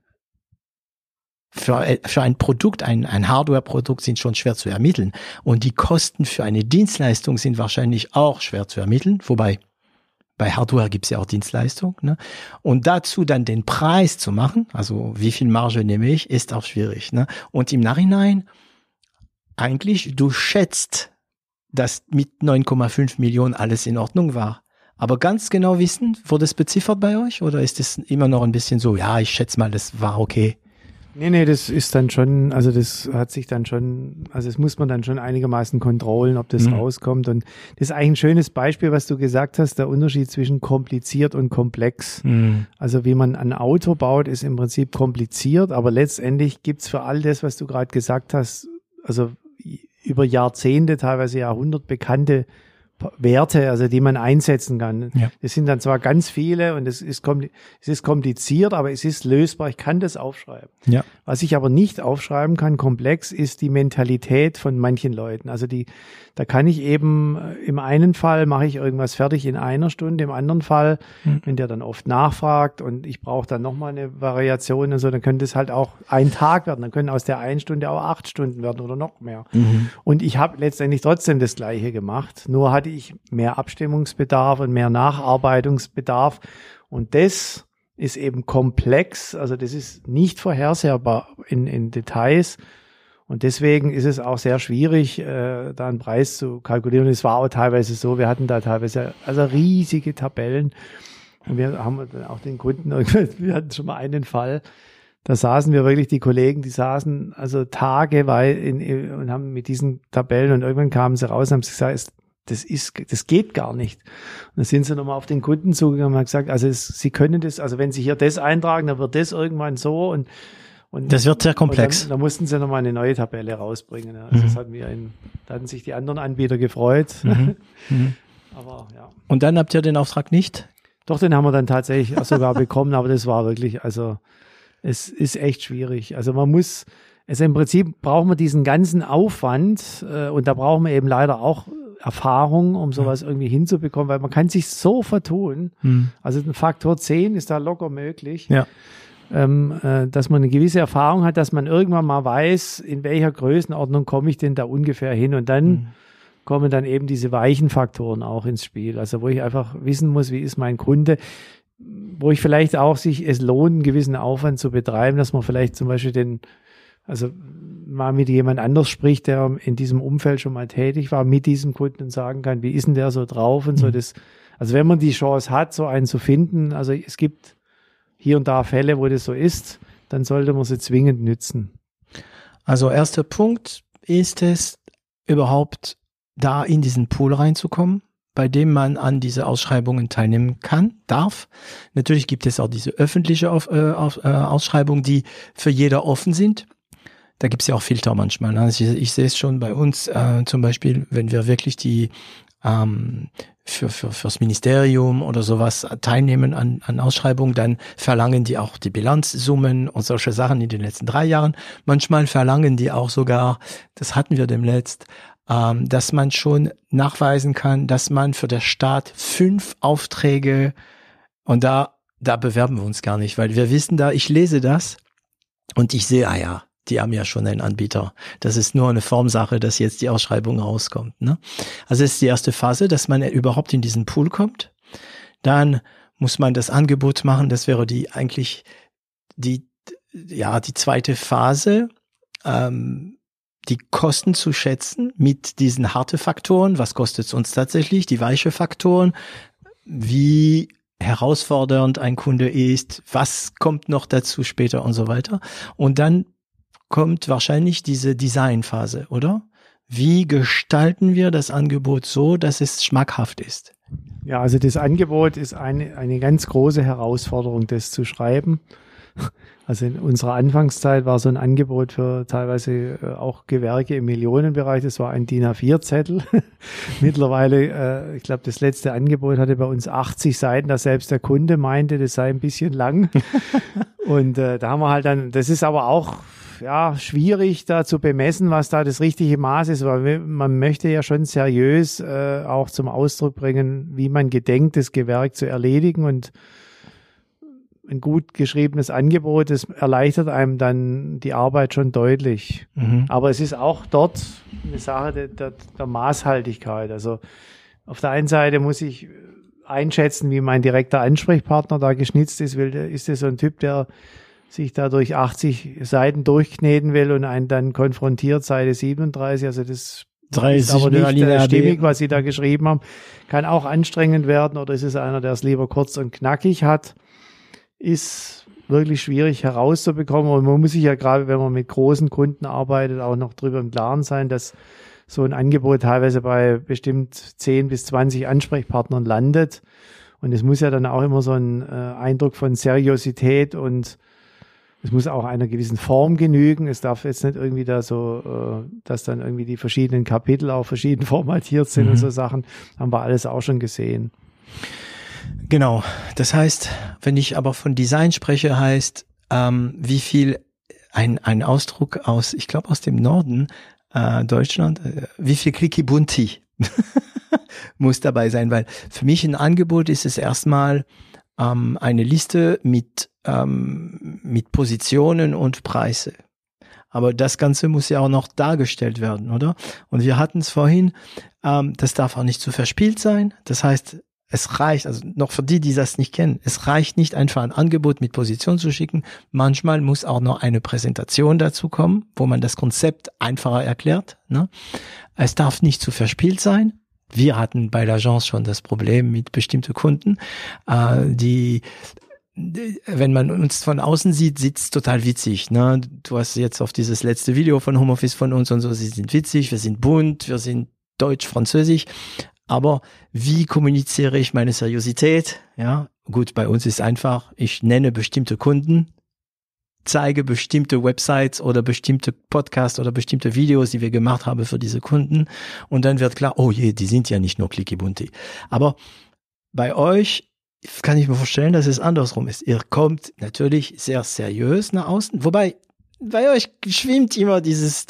Speaker 2: Produkt, ein Hardware-Produkt sind schon schwer zu ermitteln. Und die Kosten für eine Dienstleistung sind wahrscheinlich auch schwer zu ermitteln. Wobei, bei Hardware gibt's ja auch Dienstleistung, ne? Und dazu dann den Preis zu machen, also wie viel Marge nehme ich, ist auch schwierig, ne? Und im Nachhinein, eigentlich, du schätzt, dass mit 9,5 Millionen alles in Ordnung war. Aber ganz genau wissen, wurde es beziffert bei euch? Oder ist es immer noch ein bisschen so, ja, ich schätze mal, das war okay?
Speaker 1: Nee, das ist dann schon, also das hat sich dann schon, also das muss man dann schon einigermaßen kontrollen, ob das rauskommt. Und das ist eigentlich ein schönes Beispiel, was du gesagt hast, der Unterschied zwischen kompliziert und komplex. Also wie man ein Auto baut, ist im Prinzip kompliziert, aber letztendlich gibt's für all das, was du gerade gesagt hast, also über Jahrzehnte, teilweise Jahrhunderte bekannte Werte, also die man einsetzen kann.
Speaker 2: Ja.
Speaker 1: Das sind dann zwar ganz viele und es ist kompliziert, aber es ist lösbar. Ich kann das aufschreiben.
Speaker 2: Ja.
Speaker 1: Was ich aber nicht aufschreiben kann, komplex, ist die Mentalität von manchen Leuten. Also da kann ich eben, im einen Fall mache ich irgendwas fertig in einer Stunde, im anderen Fall, wenn der dann oft nachfragt und ich brauche dann nochmal eine Variation und so, dann könnte es halt auch ein Tag werden. Dann können aus der einen Stunde auch 8 Stunden werden oder noch mehr. Und ich habe letztendlich trotzdem das Gleiche gemacht, nur hatte ich mehr Abstimmungsbedarf und mehr Nacharbeitungsbedarf. Und das ist eben komplex, also das ist nicht vorhersehbar in Details. Und deswegen ist es auch sehr schwierig, da einen Preis zu kalkulieren. Und es war auch teilweise so, wir hatten da teilweise also riesige Tabellen. Und wir haben auch den Kunden, wir hatten schon mal einen Fall, da saßen wir wirklich, die Kollegen, die saßen also Tage und haben mit diesen Tabellen und irgendwann kamen sie raus und haben gesagt, das geht gar nicht. Und dann sind sie nochmal auf den Kunden zugegangen und haben gesagt, also sie können das, also wenn sie hier das eintragen, dann wird das irgendwann so und
Speaker 2: das wird sehr komplex.
Speaker 1: Da mussten sie nochmal eine neue Tabelle rausbringen. Ja. Also da hatten sich die anderen Anbieter gefreut. Aber ja.
Speaker 2: Und dann habt ihr den Auftrag nicht?
Speaker 1: Doch, den haben wir dann tatsächlich sogar bekommen, aber das war wirklich, also es ist echt schwierig. Also im Prinzip braucht man diesen ganzen Aufwand und da brauchen wir eben leider auch Erfahrung, um sowas irgendwie hinzubekommen, weil man kann sich so vertun. Also ein Faktor 10 ist da locker möglich.
Speaker 2: Ja.
Speaker 1: Dass man eine gewisse Erfahrung hat, dass man irgendwann mal weiß, in welcher Größenordnung komme ich denn da ungefähr hin und dann kommen dann eben diese weichen Faktoren auch ins Spiel, also wo ich einfach wissen muss, wie ist mein Kunde, wo ich vielleicht auch es lohnt, einen gewissen Aufwand zu betreiben, dass man vielleicht zum Beispiel mal mit jemand anders spricht, der in diesem Umfeld schon mal tätig war, mit diesem Kunden und sagen kann, wie ist denn der so drauf und so. Also wenn man die Chance hat, so einen zu finden, also es gibt hier und da Fälle, wo das so ist, dann sollte man sie zwingend nützen.
Speaker 2: Also erster Punkt ist es, überhaupt da in diesen Pool reinzukommen, bei dem man an diese Ausschreibungen teilnehmen darf. Natürlich gibt es auch diese öffentliche Ausschreibungen, die für jeder offen sind. Da gibt es ja auch Filter manchmal. Also ich sehe es schon bei uns, zum Beispiel, wenn wir wirklich die fürs Ministerium oder sowas teilnehmen an Ausschreibungen, dann verlangen die auch die Bilanzsummen und solche Sachen in den letzten 3 Jahren. Manchmal verlangen die auch sogar, das hatten wir demnächst, dass man schon nachweisen kann, dass man für den Staat 5 Aufträge und da bewerben wir uns gar nicht, weil wir wissen ich lese das und ich sehe, die haben ja schon einen Anbieter. Das ist nur eine Formsache, dass jetzt die Ausschreibung rauskommt, ne? Also das ist die erste Phase, dass man überhaupt in diesen Pool kommt. Dann muss man das Angebot machen. Das wäre die zweite Phase, die Kosten zu schätzen mit diesen harten Faktoren. Was kostet es uns tatsächlich? Die weichen Faktoren. Wie herausfordernd ein Kunde ist, was kommt noch dazu später und so weiter. Und dann kommt wahrscheinlich diese Designphase, oder? Wie gestalten wir das Angebot so, dass es schmackhaft ist?
Speaker 1: Ja, also das Angebot ist eine ganz große Herausforderung, das zu schreiben. Also in unserer Anfangszeit war so ein Angebot für teilweise auch Gewerke im Millionenbereich, das war ein DIN A4-Zettel. Mittlerweile, ich glaube, das letzte Angebot hatte bei uns 80 Seiten, dass selbst der Kunde meinte, das sei ein bisschen lang. Und da haben wir halt dann, das ist aber auch ja schwierig da zu bemessen, was da das richtige Maß ist, weil man möchte ja schon seriös auch zum Ausdruck bringen, wie man gedenkt, das Gewerk zu erledigen, und ein gut geschriebenes Angebot, das erleichtert einem dann die Arbeit schon deutlich. Mhm. Aber es ist auch dort eine Sache der Maßhaltigkeit. Also auf der einen Seite muss ich einschätzen, wie mein direkter Ansprechpartner da geschnitzt ist. Ist das so ein Typ, der sich da durch 80 Seiten durchkneten will und einen dann konfrontiert, Seite 37, also das ist aber nicht stimmig, was Sie da geschrieben haben. Kann auch anstrengend werden, oder ist es einer, der es lieber kurz und knackig hat? Ist wirklich schwierig herauszubekommen, und man muss sich ja gerade, wenn man mit großen Kunden arbeitet, auch noch drüber im Klaren sein, dass so ein Angebot teilweise bei bestimmt 10 bis 20 Ansprechpartnern landet, und es muss ja dann auch immer so ein Eindruck von Seriosität, und es muss auch einer gewissen Form genügen. Es darf jetzt nicht irgendwie da so, dass dann irgendwie die verschiedenen Kapitel auch verschieden formatiert sind und so Sachen, haben wir alles auch schon gesehen.
Speaker 2: Genau, das heißt, wenn ich aber von Design spreche, heißt, wie viel ein Ausdruck aus, ich glaube aus dem Norden Deutschland, wie viel Clicky Bunti muss dabei sein, weil für mich ein Angebot ist es erstmal eine Liste mit Positionen und Preise. Aber das Ganze muss ja auch noch dargestellt werden, oder? Und wir hatten es vorhin, das darf auch nicht zu verspielt sein. Das heißt, es reicht, also noch für die das nicht kennen, es reicht nicht einfach ein Angebot mit Position zu schicken. Manchmal muss auch noch eine Präsentation dazu kommen, wo man das Konzept einfacher erklärt, ne? Es darf nicht zu verspielt sein. Wir hatten bei l'Agence schon das Problem mit bestimmten Kunden, die, wenn man uns von außen sieht, sieht's total witzig, ne? Du hast jetzt auf dieses letzte Video von Homeoffice von uns und so, sie sind witzig, wir sind bunt, wir sind deutsch, französisch. Aber wie kommuniziere ich meine Seriosität? Ja, gut, bei uns ist einfach, ich nenne bestimmte Kunden, zeige bestimmte Websites oder bestimmte Podcasts oder bestimmte Videos, die wir gemacht haben für diese Kunden. Und dann wird klar, oh je, die sind ja nicht nur Clicky Bunti. Aber bei euch kann ich mir vorstellen, dass es andersrum ist. Ihr kommt natürlich sehr seriös nach außen, wobei bei euch schwimmt immer dieses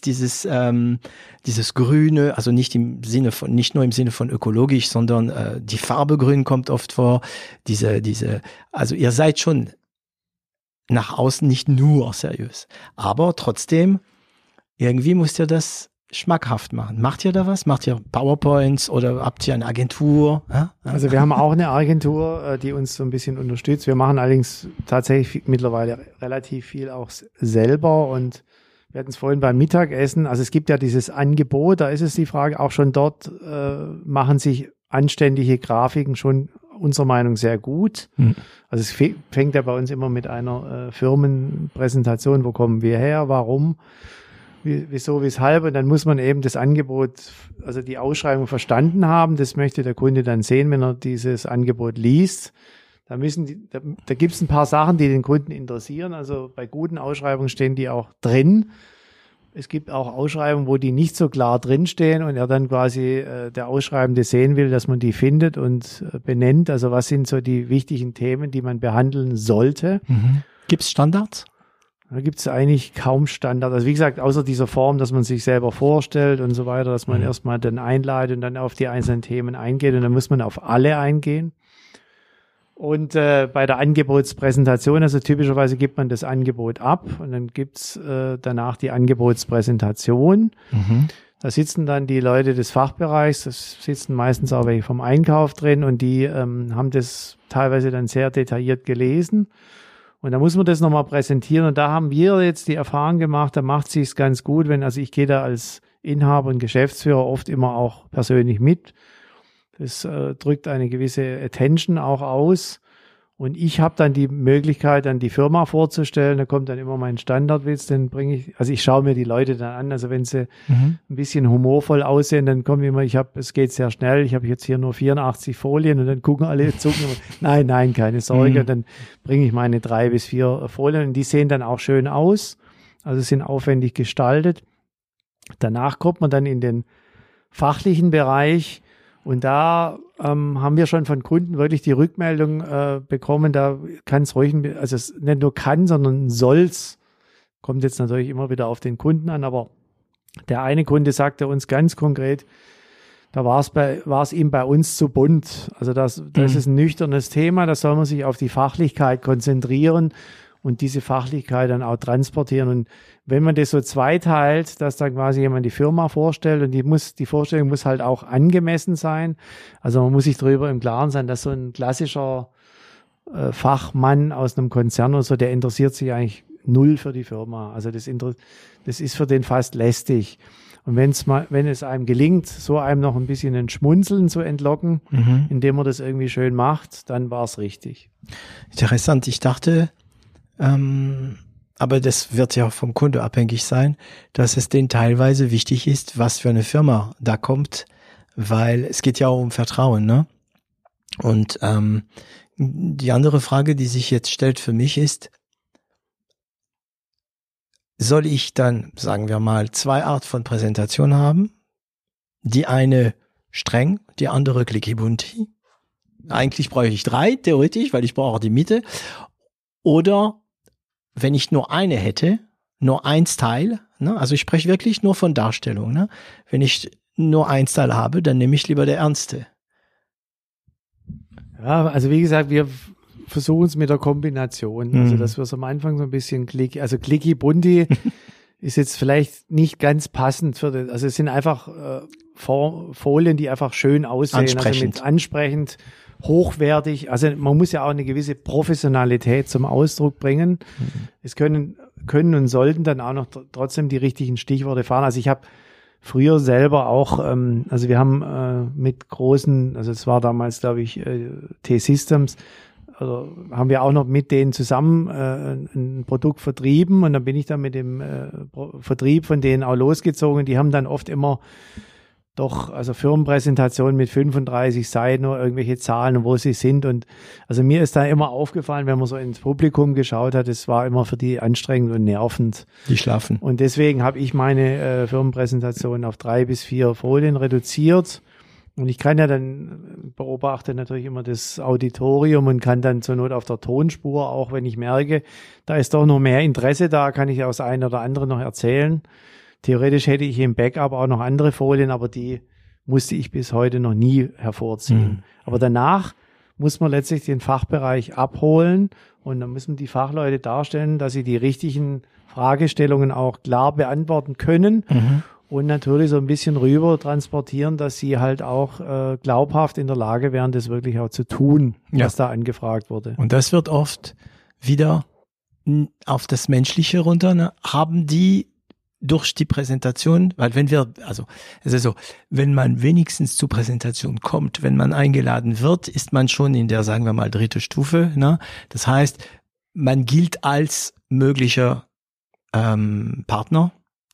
Speaker 2: Grüne, also nicht nur im Sinne von ökologisch, sondern die Farbe Grün kommt oft vor. Also ihr seid schon nach außen nicht nur seriös, aber trotzdem irgendwie müsst ihr das schmackhaft machen. Macht ihr da was? Macht ihr PowerPoints oder habt ihr eine Agentur? Ja?
Speaker 1: Also wir haben auch eine Agentur, die uns so ein bisschen unterstützt. Wir machen allerdings tatsächlich mittlerweile relativ viel auch selber, und wir hatten es vorhin beim Mittagessen. Also es gibt ja dieses Angebot, da ist es die Frage, auch schon dort machen sich anständige Grafiken schon unserer Meinung sehr gut. Also es fängt ja bei uns immer mit einer Firmenpräsentation, wo kommen wir her, warum, wieso, weshalb, und dann muss man eben das Angebot, also die Ausschreibung verstanden haben. Das möchte der Kunde dann sehen, wenn er dieses Angebot liest. Da gibt es ein paar Sachen, die den Kunden interessieren. Also bei guten Ausschreibungen stehen die auch drin. Es gibt auch Ausschreibungen, wo die nicht so klar drinstehen und er dann quasi der Ausschreibende sehen will, dass man die findet und benennt. Also was sind so die wichtigen Themen, die man behandeln sollte?
Speaker 2: Gibt es Standards?
Speaker 1: Da gibt es eigentlich kaum Standard. Also wie gesagt, außer dieser Form, dass man sich selber vorstellt und so weiter, dass man erstmal dann einleitet und dann auf die einzelnen Themen eingeht, und dann muss man auf alle eingehen. Und bei der Angebotspräsentation, also typischerweise gibt man das Angebot ab und dann gibt's danach die Angebotspräsentation. Da sitzen dann die Leute des Fachbereichs, das sitzen meistens auch welche vom Einkauf drin, und die haben das teilweise dann sehr detailliert gelesen. Und da muss man das nochmal präsentieren, und da haben wir jetzt die Erfahrung gemacht, da macht sich's ganz gut, also ich gehe da als Inhaber und Geschäftsführer oft immer auch persönlich mit. Das drückt eine gewisse Attention auch aus. Und ich habe dann die Möglichkeit, dann die Firma vorzustellen. Da kommt dann immer mein Standardwitz, den bringe ich, also ich schaue mir die Leute dann an. Also wenn sie ein bisschen humorvoll aussehen, dann kommen immer, es geht sehr schnell, ich habe jetzt hier nur 84 Folien und dann gucken alle, zucken immer, nein, keine Sorge. Und dann bringe ich meine 3 bis 4 Folien und die sehen dann auch schön aus. Also sind aufwendig gestaltet. Danach kommt man dann in den fachlichen Bereich. Und da haben wir schon von Kunden wirklich die Rückmeldung bekommen, da kann es ruhig, also es nicht nur kann, sondern soll's, kommt jetzt natürlich immer wieder auf den Kunden an, aber der eine Kunde sagte uns ganz konkret, da war es ihm bei uns zu bunt. Also das ist ein nüchternes Thema, da soll man sich auf die Fachlichkeit konzentrieren und diese Fachlichkeit dann auch transportieren. Und wenn man das so zweiteilt, dass dann quasi jemand die Firma vorstellt und die Vorstellung muss halt auch angemessen sein. Also man muss sich darüber im Klaren sein, dass so ein klassischer Fachmann aus einem Konzern oder so, der interessiert sich eigentlich null für die Firma. Also das ist für den fast lästig. Und wenn es einem gelingt, so einem noch ein bisschen ein Schmunzeln zu entlocken, indem man das irgendwie schön macht, dann war es richtig.
Speaker 2: Interessant. Ich dachte, aber das wird ja auch vom Kunde abhängig sein, dass es denen teilweise wichtig ist, was für eine Firma da kommt, weil es geht ja auch um Vertrauen, ne? Und die andere Frage, die sich jetzt stellt für mich ist, soll ich dann, sagen wir mal, 2 Arten von Präsentation haben? Die eine streng, die andere clicky-bunti. Eigentlich brauche ich 3, theoretisch, weil ich brauche die Mitte. Oder wenn ich nur eine hätte, nur ein Style, ne? Also ich spreche wirklich nur von Darstellung, ne? Wenn ich nur ein Style habe, dann nehme ich lieber der Ernste.
Speaker 1: Ja, also wie gesagt, wir versuchen es mit der Kombination. Also dass wir es am Anfang so ein bisschen clicky-bunti ist jetzt vielleicht nicht ganz passend für das. Also es sind einfach Folien, die einfach schön aussehen.
Speaker 2: Ansprechend.
Speaker 1: Also mit ansprechend, hochwertig. Also man muss ja auch eine gewisse Professionalität zum Ausdruck bringen. Es können und sollten dann auch noch trotzdem die richtigen Stichworte fahren. Also ich habe früher selber auch, also wir haben mit großen, also es war damals, glaube ich, T-Systems, also haben wir auch noch mit denen zusammen ein Produkt vertrieben und dann bin ich dann mit dem Vertrieb von denen auch losgezogen. Die haben dann oft immer doch, also Firmenpräsentationen mit 35 Seiten nur irgendwelche Zahlen und wo sie sind. Und also mir ist da immer aufgefallen, wenn man so ins Publikum geschaut hat, es war immer für die anstrengend und nervend.
Speaker 2: Die schlafen.
Speaker 1: Und deswegen habe ich meine Firmenpräsentation auf 3 bis 4 Folien reduziert. Und ich kann ja dann beobachte natürlich immer das Auditorium und kann dann zur Not auf der Tonspur, auch wenn ich merke, da ist doch noch mehr Interesse da, kann ich aus ein oder anderen noch erzählen. Theoretisch hätte ich im Backup auch noch andere Folien, aber die musste ich bis heute noch nie hervorziehen. Aber danach muss man letztlich den Fachbereich abholen und dann müssen die Fachleute darstellen, dass sie die richtigen Fragestellungen auch klar beantworten können und natürlich so ein bisschen rüber transportieren, dass sie halt auch glaubhaft in der Lage wären, das wirklich auch zu tun, was da angefragt wurde.
Speaker 2: Und das wird oft wieder auf das Menschliche runter, ne? Haben die durch die Präsentation, weil wenn wir, also es ist so, wenn man wenigstens zur Präsentation kommt, wenn man eingeladen wird, ist man schon in der, sagen wir mal, 3. Stufe, ne? Das heißt, man gilt als möglicher Partner.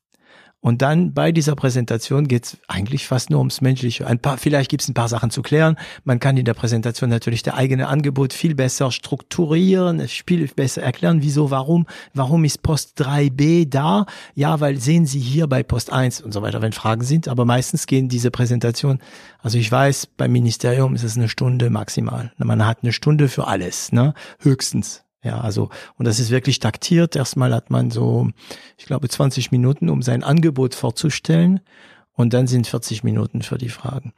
Speaker 2: Und dann bei dieser Präsentation geht's eigentlich fast nur ums Menschliche. Vielleicht gibt's ein paar Sachen zu klären. Man kann in der Präsentation natürlich das eigene Angebot viel besser strukturieren, viel besser erklären, wieso, warum ist Post 3b da? Ja, weil sehen Sie hier bei Post 1 und so weiter, wenn Fragen sind. Aber meistens gehen diese Präsentationen, also ich weiß, beim Ministerium ist es 1 Stunde maximal. Man hat 1 Stunde für alles, ne? Höchstens. Ja, also, und das ist wirklich taktiert. Erstmal hat man so, ich glaube, 20 Minuten, um sein Angebot vorzustellen. Und dann sind 40 Minuten für die Fragen.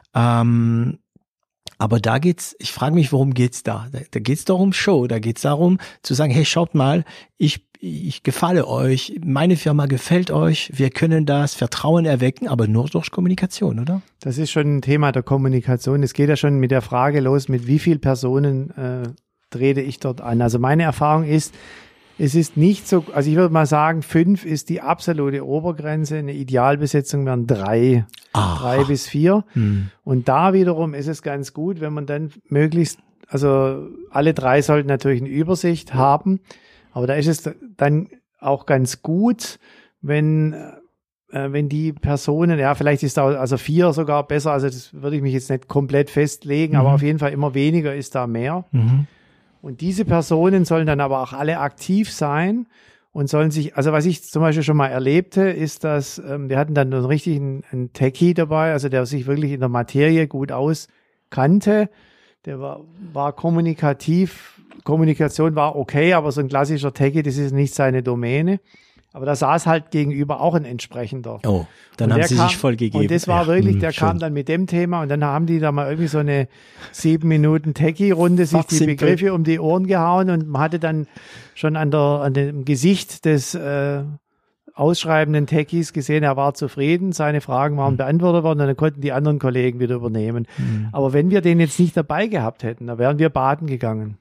Speaker 2: Aber da geht's, ich frage mich, worum geht's da? Da geht's doch um Show. Da geht's darum, zu sagen, hey, schaut mal, ich gefalle euch, meine Firma gefällt euch, wir können das Vertrauen erwecken, aber nur durch Kommunikation, oder?
Speaker 1: Das ist schon ein Thema der Kommunikation. Es geht ja schon mit der Frage los, mit wie vielen Personen trete ich dort an. Also meine Erfahrung ist, Es ist nicht so, also ich würde mal sagen, 5 ist die absolute Obergrenze. Eine Idealbesetzung wären 3. 3 bis 4. Und da wiederum ist es ganz gut, wenn man dann möglichst, also alle 3 sollten natürlich eine Übersicht haben, aber da ist es dann auch ganz gut, wenn die Personen, ja, vielleicht ist da also 4 sogar besser, also das würde ich mich jetzt nicht komplett festlegen, aber auf jeden Fall immer weniger ist da mehr. Und diese Personen sollen dann aber auch alle aktiv sein und sollen sich, also was ich zum Beispiel schon mal erlebte, ist, dass wir hatten dann einen richtigen einen Techie dabei, also der sich wirklich in der Materie gut auskannte. Der war kommunikativ, Kommunikation war okay, aber so ein klassischer Techie, das ist nicht seine Domäne. Aber da saß halt gegenüber auch ein entsprechender.
Speaker 2: Oh, dann haben sie sich voll gegeben.
Speaker 1: Und das war wirklich, der kam dann mit dem Thema und dann haben die da mal irgendwie so eine 7 Minuten Techie-Runde sich die Begriffe um die Ohren gehauen und man hatte dann schon an dem Gesicht des ausschreibenden Techies gesehen, er war zufrieden, seine Fragen waren beantwortet worden und dann konnten die anderen Kollegen wieder übernehmen. Aber wenn wir den jetzt nicht dabei gehabt hätten, dann wären wir baden gegangen.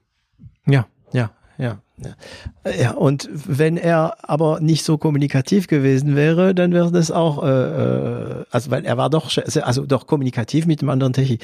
Speaker 2: Ja, und wenn er aber nicht so kommunikativ gewesen wäre, dann wäre das auch, also weil er war doch kommunikativ mit dem anderen Techie.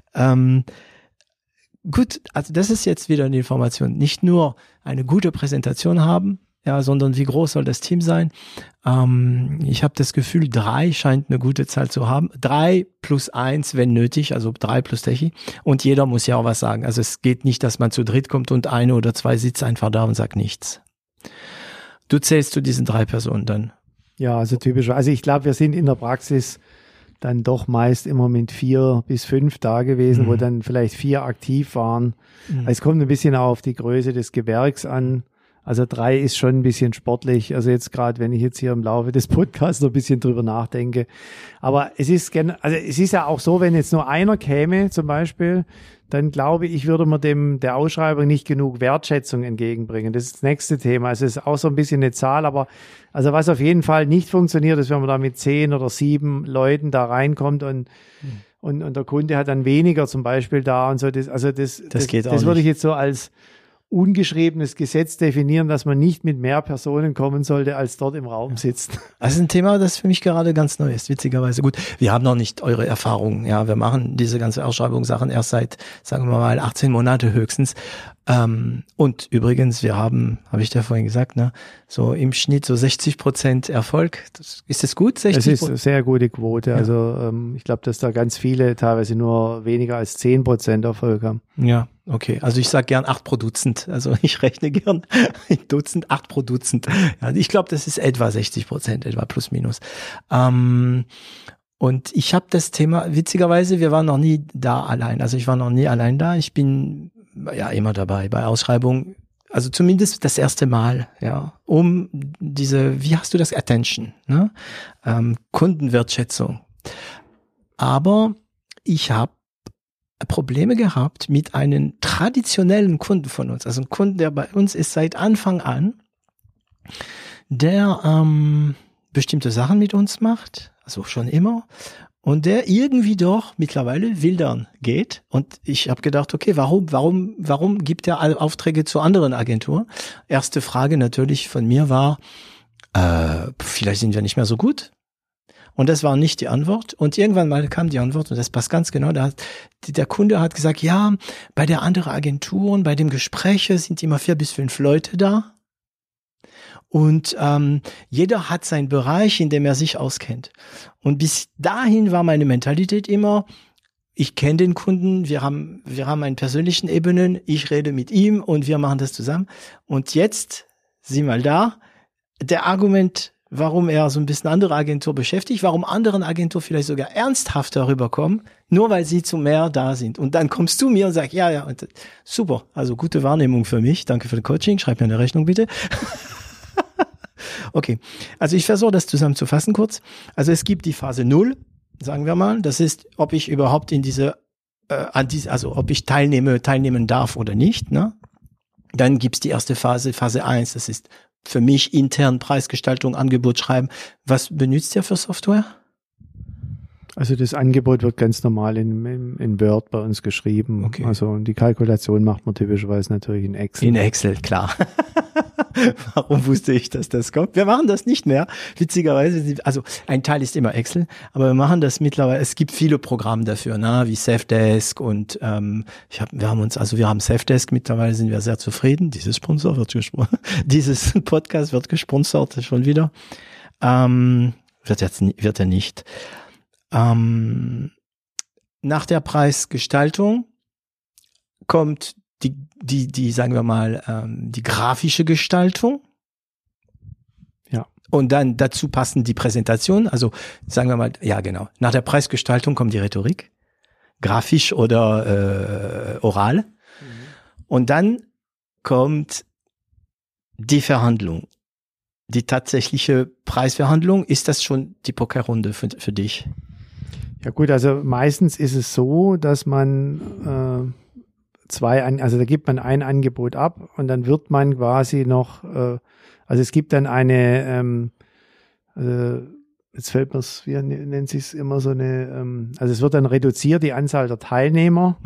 Speaker 2: Gut, also das ist jetzt wieder eine Information. Nicht nur eine gute Präsentation haben, ja, sondern wie groß soll das Team sein? Ich habe das Gefühl, 3 scheint eine gute Zahl zu haben. 3 plus 1, wenn nötig, also 3 plus Techie. Und jeder muss ja auch was sagen. Also es geht nicht, dass man zu dritt kommt und 1 oder 2 sitzt einfach da und sagt nichts. Du zählst zu diesen 3 Personen dann? Ja,
Speaker 1: also typisch. Also ich glaube, wir sind in der Praxis dann doch meist immer mit 4 bis 5 da gewesen, wo dann vielleicht 4 aktiv waren. Also es kommt ein bisschen auch auf die Größe des Gewerks an. Also 3 ist schon ein bisschen sportlich. Also jetzt gerade, wenn ich jetzt hier im Laufe des Podcasts noch ein bisschen drüber nachdenke. Aber es ist ja auch so, wenn jetzt nur einer käme zum Beispiel, dann glaube ich, würde man der Ausschreibung nicht genug Wertschätzung entgegenbringen. Das ist das nächste Thema. Also es ist auch so ein bisschen eine Zahl, aber also was auf jeden Fall nicht funktioniert, ist, wenn man da mit 10 oder 7 Leuten da reinkommt und der Kunde hat dann weniger zum Beispiel da und so. Das
Speaker 2: geht auch
Speaker 1: das würde
Speaker 2: nicht.
Speaker 1: ich jetzt so als ungeschriebenes Gesetz definieren, dass man nicht mit mehr Personen kommen sollte, als dort im Raum sitzt.
Speaker 2: Das ist ein Thema, das für mich gerade ganz neu ist, witzigerweise. Gut, wir haben noch nicht eure Erfahrungen. Ja, wir machen diese ganze Ausschreibungssachen erst seit, sagen wir mal, 18 Monate höchstens. Und übrigens, wir habe ich dir vorhin gesagt, ne, so im Schnitt so 60% Erfolg. Ist das gut? 60%?
Speaker 1: Das ist eine sehr gute Quote. Ja. Also ich glaube, dass da ganz viele teilweise nur weniger als 10% Erfolg haben.
Speaker 2: Ja, okay. Also ich sage gern 8 pro Dutzend. Also ich rechne gern in Dutzend, 8 pro Dutzend. Ja, ich glaube, das ist etwa 60%, etwa plus minus. Und ich habe das Thema, witzigerweise, wir waren noch nie da allein. Also ich war noch nie allein da. Ich bin ja immer dabei bei Ausschreibungen. Also zumindest das erste Mal, ja, um diese, wie hast du das, Attention, ne? Kundenwertschätzung. Aber ich habe Probleme gehabt mit einem traditionellen Kunden von uns. Also ein Kunden, der bei uns ist seit Anfang an, der bestimmte Sachen mit uns macht, also schon immer, und der irgendwie doch mittlerweile wildern geht. Und ich habe gedacht, okay, warum gibt er Aufträge zu anderen Agenturen? Erste Frage natürlich von mir war, vielleicht sind wir nicht mehr so gut. Und das war nicht die Antwort. Und irgendwann mal kam die Antwort, und das passt ganz genau. Der Kunde hat gesagt, ja, bei der anderen Agenturen, bei dem Gespräch sind immer 4 bis 5 Leute da. Und jeder hat seinen Bereich, in dem er sich auskennt. Und bis dahin war meine Mentalität immer, ich kenne den Kunden, wir haben einen persönlichen Ebenen, ich rede mit ihm und wir machen das zusammen. Und jetzt, sieh mal da, der Argument, warum er so ein bisschen andere Agentur beschäftigt, warum anderen Agenturen vielleicht sogar ernsthafter rüberkommen, nur weil sie zu mehr da sind. Und dann kommst du mir und sagst, ja, und, super, also gute Wahrnehmung für mich, danke für das Coaching, schreib mir eine Rechnung bitte. Okay, also ich versuche das zusammenzufassen kurz. Also es gibt die Phase 0, sagen wir mal, das ist, ob ich überhaupt in also ob ich teilnehmen darf oder nicht, ne? Dann gibt's die erste Phase, Phase 1, das ist für mich intern Preisgestaltung, Angebot schreiben. Was benutzt ihr für Software?
Speaker 1: Also das Angebot wird ganz normal in Word bei uns geschrieben.
Speaker 2: Okay.
Speaker 1: Also die Kalkulation macht man typischerweise natürlich in Excel.
Speaker 2: In Excel, klar. Warum wusste ich, dass das kommt? Wir machen das nicht mehr. Witzigerweise, also ein Teil ist immer Excel, aber wir machen das mittlerweile. Es gibt viele Programme dafür, wie Safdesk und wir haben Safdesk mittlerweile, sind wir sehr zufrieden. Dieses Podcast wird gesponsert schon wieder. Wird er nicht. Nach der Preisgestaltung kommt die sagen wir mal, die grafische Gestaltung.
Speaker 1: Ja.
Speaker 2: Und dann dazu passen die Präsentationen. Also sagen wir mal, ja genau. Nach der Preisgestaltung kommt die Rhetorik. Grafisch oder oral. Mhm. Und dann kommt die Verhandlung. Die tatsächliche Preisverhandlung. Ist das schon die Pokerrunde für dich?
Speaker 1: Ja gut, also meistens ist es so, dass man also da gibt man ein Angebot ab und dann wird man quasi noch, also es gibt dann eine, jetzt fällt mir es, wie nennt sich es immer so eine, also es wird dann reduziert, die Anzahl der Teilnehmer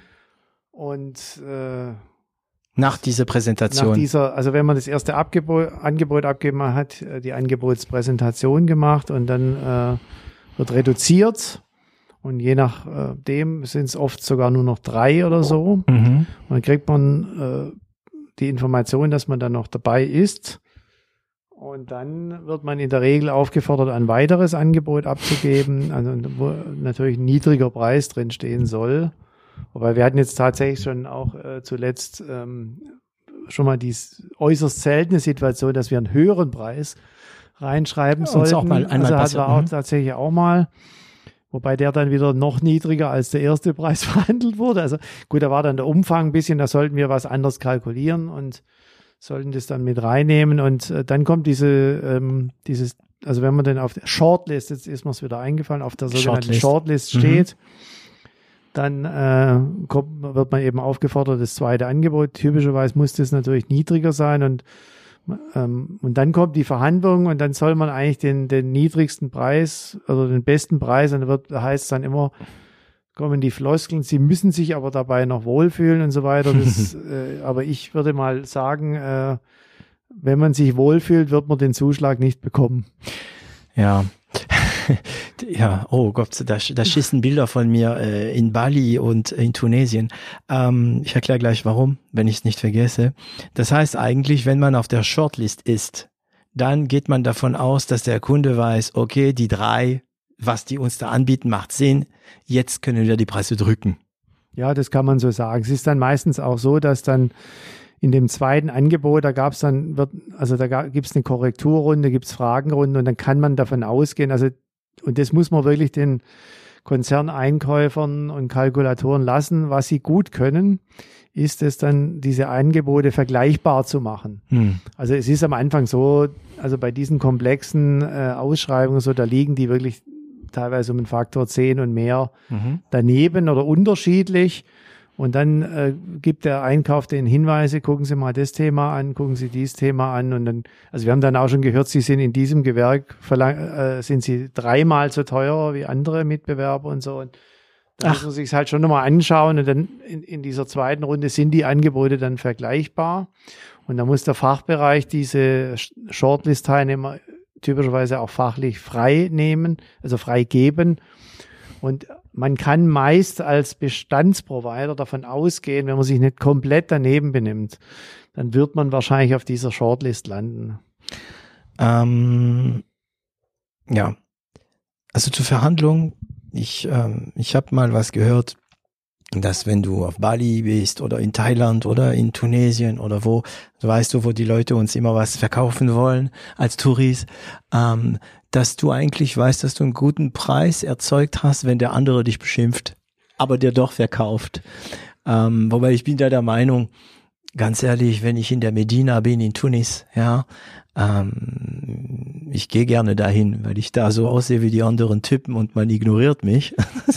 Speaker 1: und
Speaker 2: nach dieser Präsentation.
Speaker 1: Also wenn man das erste Angebot abgegeben hat, die Angebotspräsentation gemacht und dann wird reduziert. Und je nachdem sind es oft sogar nur noch 3 oder so. Und dann kriegt man die Information, dass man dann noch dabei ist. Und dann wird man in der Regel aufgefordert, ein weiteres Angebot abzugeben, also wo natürlich ein niedriger Preis drin stehen soll. Wobei wir hatten jetzt tatsächlich schon auch zuletzt schon mal die äußerst seltene Situation, dass wir einen höheren Preis reinschreiben sollten.
Speaker 2: Auch mal einmal
Speaker 1: also hatten wir auch tatsächlich auch mal. Wobei der dann wieder noch niedriger als der erste Preis verhandelt wurde. Also gut, da war dann der Umfang ein bisschen, da sollten wir was anderes kalkulieren und sollten das dann mit reinnehmen. Und dann kommt also wenn man dann auf der Shortlist, jetzt ist mir es wieder eingefallen, auf der sogenannten Shortlist steht, dann wird man eben aufgefordert, das zweite Angebot. Typischerweise muss das natürlich niedriger sein und dann kommt die Verhandlung und dann soll man eigentlich den niedrigsten Preis oder den besten Preis, und da heißt es dann immer, kommen die Floskeln, sie müssen sich aber dabei noch wohlfühlen und so weiter. Aber ich würde mal sagen, wenn man sich wohlfühlt, wird man den Zuschlag nicht bekommen.
Speaker 2: Ja. Ja, oh Gott, da schießen Bilder von mir in Bali und in Tunesien. Ich erkläre gleich warum, wenn ich es nicht vergesse. Das heißt eigentlich, wenn man auf der Shortlist ist, dann geht man davon aus, dass der Kunde weiß, okay, die 3, was die uns da anbieten, macht Sinn. Jetzt können wir die Preise drücken.
Speaker 1: Ja, das kann man so sagen. Es ist dann meistens auch so, dass dann in dem zweiten Angebot, da gibt es eine Korrekturrunde, gibt es Fragenrunden und dann kann man davon ausgehen, und das muss man wirklich den Konzerneinkäufern und Kalkulatoren lassen, was sie gut können, ist es dann, diese Angebote vergleichbar zu machen. Also es ist am Anfang so, also bei diesen komplexen Ausschreibungen so, da liegen die wirklich teilweise um einen Faktor 10 und mehr daneben oder unterschiedlich. Und dann gibt der Einkauf den Hinweise, gucken Sie mal das Thema an, gucken Sie dieses Thema an. Und dann, also wir haben dann auch schon gehört, Sie sind in diesem Gewerk, sind Sie 3-mal so teuer wie andere Mitbewerber und so. Und da muss man sich halt schon nochmal anschauen. Und dann in dieser zweiten Runde sind die Angebote dann vergleichbar. Und da muss der Fachbereich diese Shortlist-Teilnehmer typischerweise auch fachlich frei nehmen, also freigeben. Und man kann meist als Bestandsprovider davon ausgehen, wenn man sich nicht komplett daneben benimmt, dann wird man wahrscheinlich auf dieser Shortlist landen.
Speaker 2: Ja, also zur Verhandlung, ich habe mal was gehört, dass wenn du auf Bali bist oder in Thailand oder in Tunesien oder wo, weißt du, wo die Leute uns immer was verkaufen wollen als Touris, dass du eigentlich weißt, dass du einen guten Preis erzeugt hast, wenn der andere dich beschimpft, aber der doch verkauft. Wobei ich bin da der Meinung, ganz ehrlich, wenn ich in der Medina bin, in Tunis, ja, ich gehe gerne dahin, weil ich da so aussehe wie die anderen Typen und man ignoriert mich.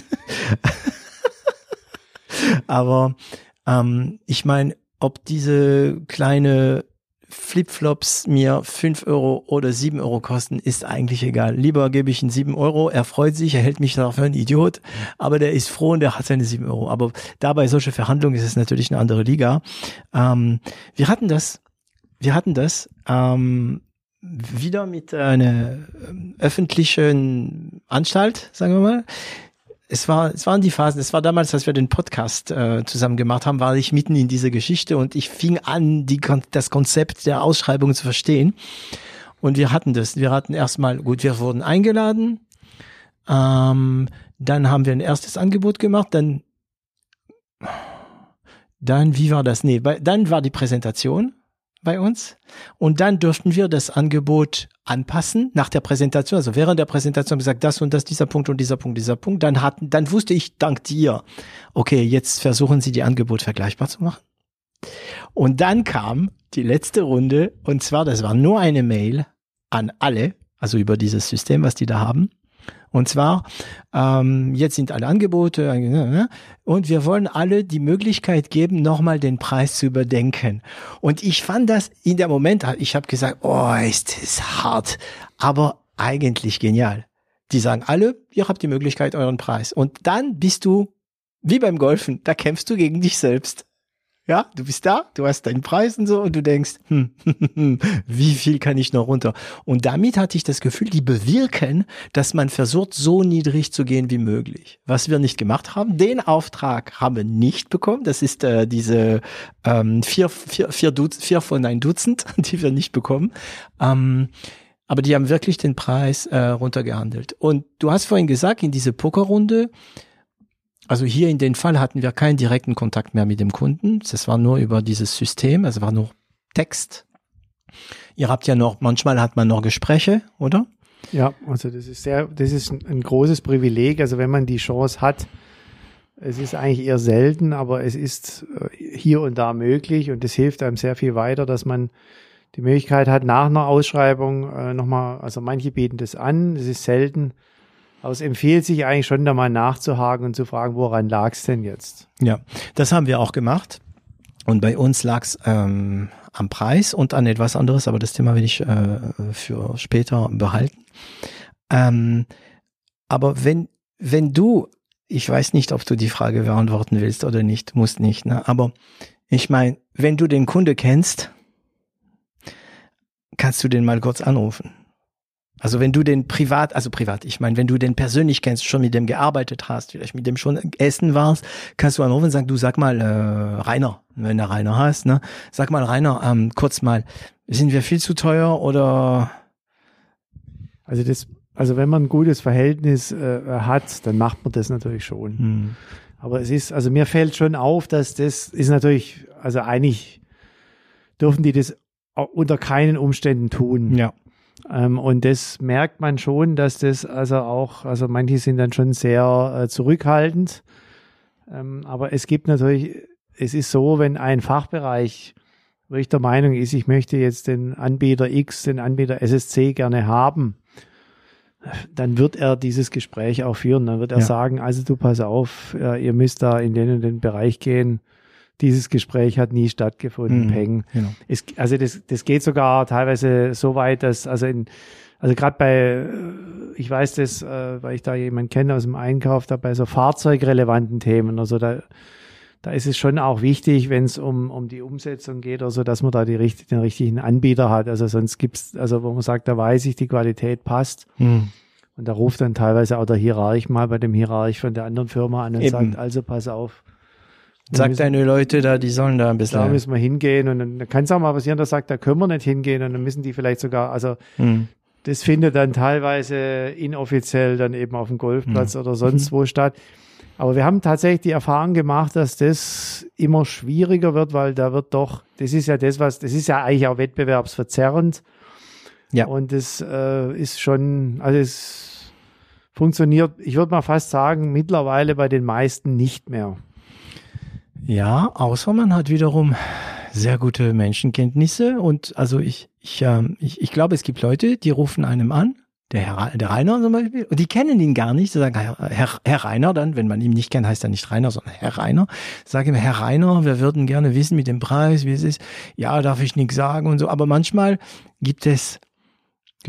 Speaker 2: Aber ich meine, ob diese kleine Flipflops mir 5 Euro oder 7 Euro kosten, ist eigentlich egal. Lieber gebe ich ihn 7 Euro, er freut sich, er hält mich dafür einen Idiot, aber der ist froh und der hat seine 7 Euro. Aber dabei solche Verhandlungen ist es natürlich eine andere Liga. Wir hatten das wir hatten das wieder mit einer öffentlichen Anstalt, sagen wir mal. Es waren die Phasen, es war damals, als wir den Podcast zusammen gemacht haben, war ich mitten in dieser Geschichte und ich fing an, das Konzept der Ausschreibung zu verstehen. Und wir hatten das. Wir hatten erstmal, gut, wir wurden eingeladen, dann haben wir ein erstes Angebot gemacht, dann wie war das? Dann war die Präsentation bei uns und dann durften wir das Angebot anpassen nach der Präsentation. Also während der Präsentation haben wir gesagt, das und das, dieser Punkt und dieser Punkt, dieser Punkt. Dann wusste ich dank dir, okay, jetzt versuchen Sie die Angebot vergleichbar zu machen. Und dann kam die letzte Runde und zwar, das war nur eine Mail an alle, also über dieses System, was die da haben. Und zwar, jetzt sind alle Angebote und wir wollen alle die Möglichkeit geben, nochmal den Preis zu überdenken. Und ich fand das in der Moment, ich habe gesagt, oh, ist das hart, aber eigentlich genial. Die sagen alle, ihr habt die Möglichkeit, euren Preis. Und dann bist du, wie beim Golfen, da kämpfst du gegen dich selbst. Ja, du bist da, du hast deinen Preis und so und du denkst, wie viel kann ich noch runter? Und damit hatte ich das Gefühl, die bewirken, dass man versucht, so niedrig zu gehen wie möglich. Was wir nicht gemacht haben, den Auftrag haben wir nicht bekommen. Das ist diese 4 von ein Dutzend, die wir nicht bekommen. Aber die haben wirklich den Preis runtergehandelt. Und du hast vorhin gesagt, in diese Pokerrunde, also hier in dem Fall hatten wir keinen direkten Kontakt mehr mit dem Kunden. Das war nur über dieses System, also war nur Text. Ihr habt ja noch, manchmal hat man noch Gespräche, oder?
Speaker 1: Ja, also das ist ein großes Privileg. Also wenn man die Chance hat, es ist eigentlich eher selten, aber es ist hier und da möglich und es hilft einem sehr viel weiter, dass man die Möglichkeit hat, nach einer Ausschreibung nochmal, also manche bieten das an, es ist selten. Aber es empfiehlt sich eigentlich schon, da mal nachzuhaken und zu fragen, woran lag es denn jetzt?
Speaker 2: Ja, das haben wir auch gemacht. Und bei uns lag es am Preis und an etwas anderes, aber das Thema will ich für später behalten. Aber wenn du, ich weiß nicht, ob du die Frage beantworten willst oder nicht, musst nicht, ne? Aber ich meine, wenn du den Kunde kennst, kannst du den mal kurz anrufen. Also wenn du den privat, ich meine, wenn du den persönlich kennst, schon mit dem gearbeitet hast, vielleicht mit dem schon essen warst, kannst du anrufen und sagen, du sag mal, Rainer, wenn du Rainer hast, ne? Sag mal, Rainer, kurz mal, sind wir viel zu teuer oder?
Speaker 1: Also wenn man ein gutes Verhältnis hat, dann macht man das natürlich schon. Aber also mir fällt schon auf, dass das ist natürlich, also eigentlich dürfen die das unter keinen Umständen tun.
Speaker 2: Ja.
Speaker 1: Und das merkt man schon, dass das also manche sind dann schon sehr zurückhaltend. Aber es ist so, wenn ein Fachbereich wirklich der Meinung ist, ich möchte jetzt den Anbieter X, den Anbieter SSC gerne haben, dann wird er dieses Gespräch auch führen. Dann wird er sagen, also du pass auf, ihr müsst da in den und den Bereich gehen. Dieses Gespräch hat nie stattgefunden, Peng.
Speaker 2: Genau.
Speaker 1: Das geht sogar teilweise so weit, dass, also gerade bei, ich weiß das, weil ich da jemanden kenne aus dem Einkauf, da bei so fahrzeugrelevanten Themen, also da ist es schon auch wichtig, wenn es um die Umsetzung geht oder so, dass man da den richtigen Anbieter hat. Also sonst gibt's, also wo man sagt, da weiß ich, die Qualität passt. Und da ruft dann teilweise auch der Hierarch mal bei dem Hierarch von der anderen Firma an und sagt, also pass auf.
Speaker 2: Sag deine Leute da, die sollen da ein bisschen.
Speaker 1: Da müssen wir hingehen und dann kann es auch mal passieren, dass sagt, da können wir nicht hingehen und dann müssen die vielleicht sogar, also das findet dann teilweise inoffiziell dann eben auf dem Golfplatz oder sonst wo statt. Aber wir haben tatsächlich die Erfahrung gemacht, dass das immer schwieriger wird, weil da wird doch, das ist ja eigentlich auch wettbewerbsverzerrend. Ja. Und das ist schon, also es funktioniert, ich würde mal fast sagen, mittlerweile bei den meisten nicht mehr.
Speaker 2: Ja, außer man hat wiederum sehr gute Menschenkenntnisse und also ich glaube, es gibt Leute, die rufen einem an, der Rainer zum Beispiel, und die kennen ihn gar nicht. Sie sagen, Herr Rainer dann, wenn man ihn nicht kennt, heißt er nicht Rainer, sondern Herr Rainer. Sage ihm, Herr Rainer, wir würden gerne wissen mit dem Preis, wie es ist. Ja, darf ich nichts sagen und so. Aber manchmal gibt es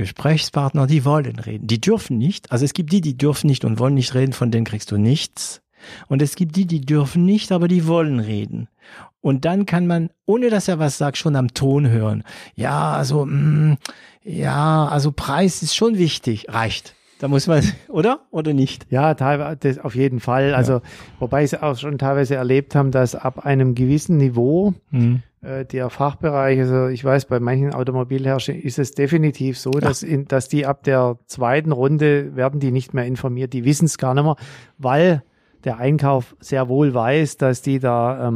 Speaker 2: Gesprächspartner, die wollen reden. Die dürfen nicht. Also es gibt die dürfen nicht und wollen nicht reden, von denen kriegst du nichts. Und es gibt die dürfen nicht, aber die wollen reden. Und dann kann man, ohne dass er was sagt, schon am Ton hören. Also Preis ist schon wichtig. Reicht. Da muss man, oder? Oder nicht?
Speaker 1: Ja, teilweise, auf jeden Fall. Also, wobei sie auch schon teilweise erlebt haben, dass ab einem gewissen Niveau der Fachbereich, also ich weiß, bei manchen Automobilherstellern ist es definitiv so, dass die ab der zweiten Runde werden die nicht mehr informiert. Die wissen es gar nicht mehr, weil der Einkauf sehr wohl weiß, dass die da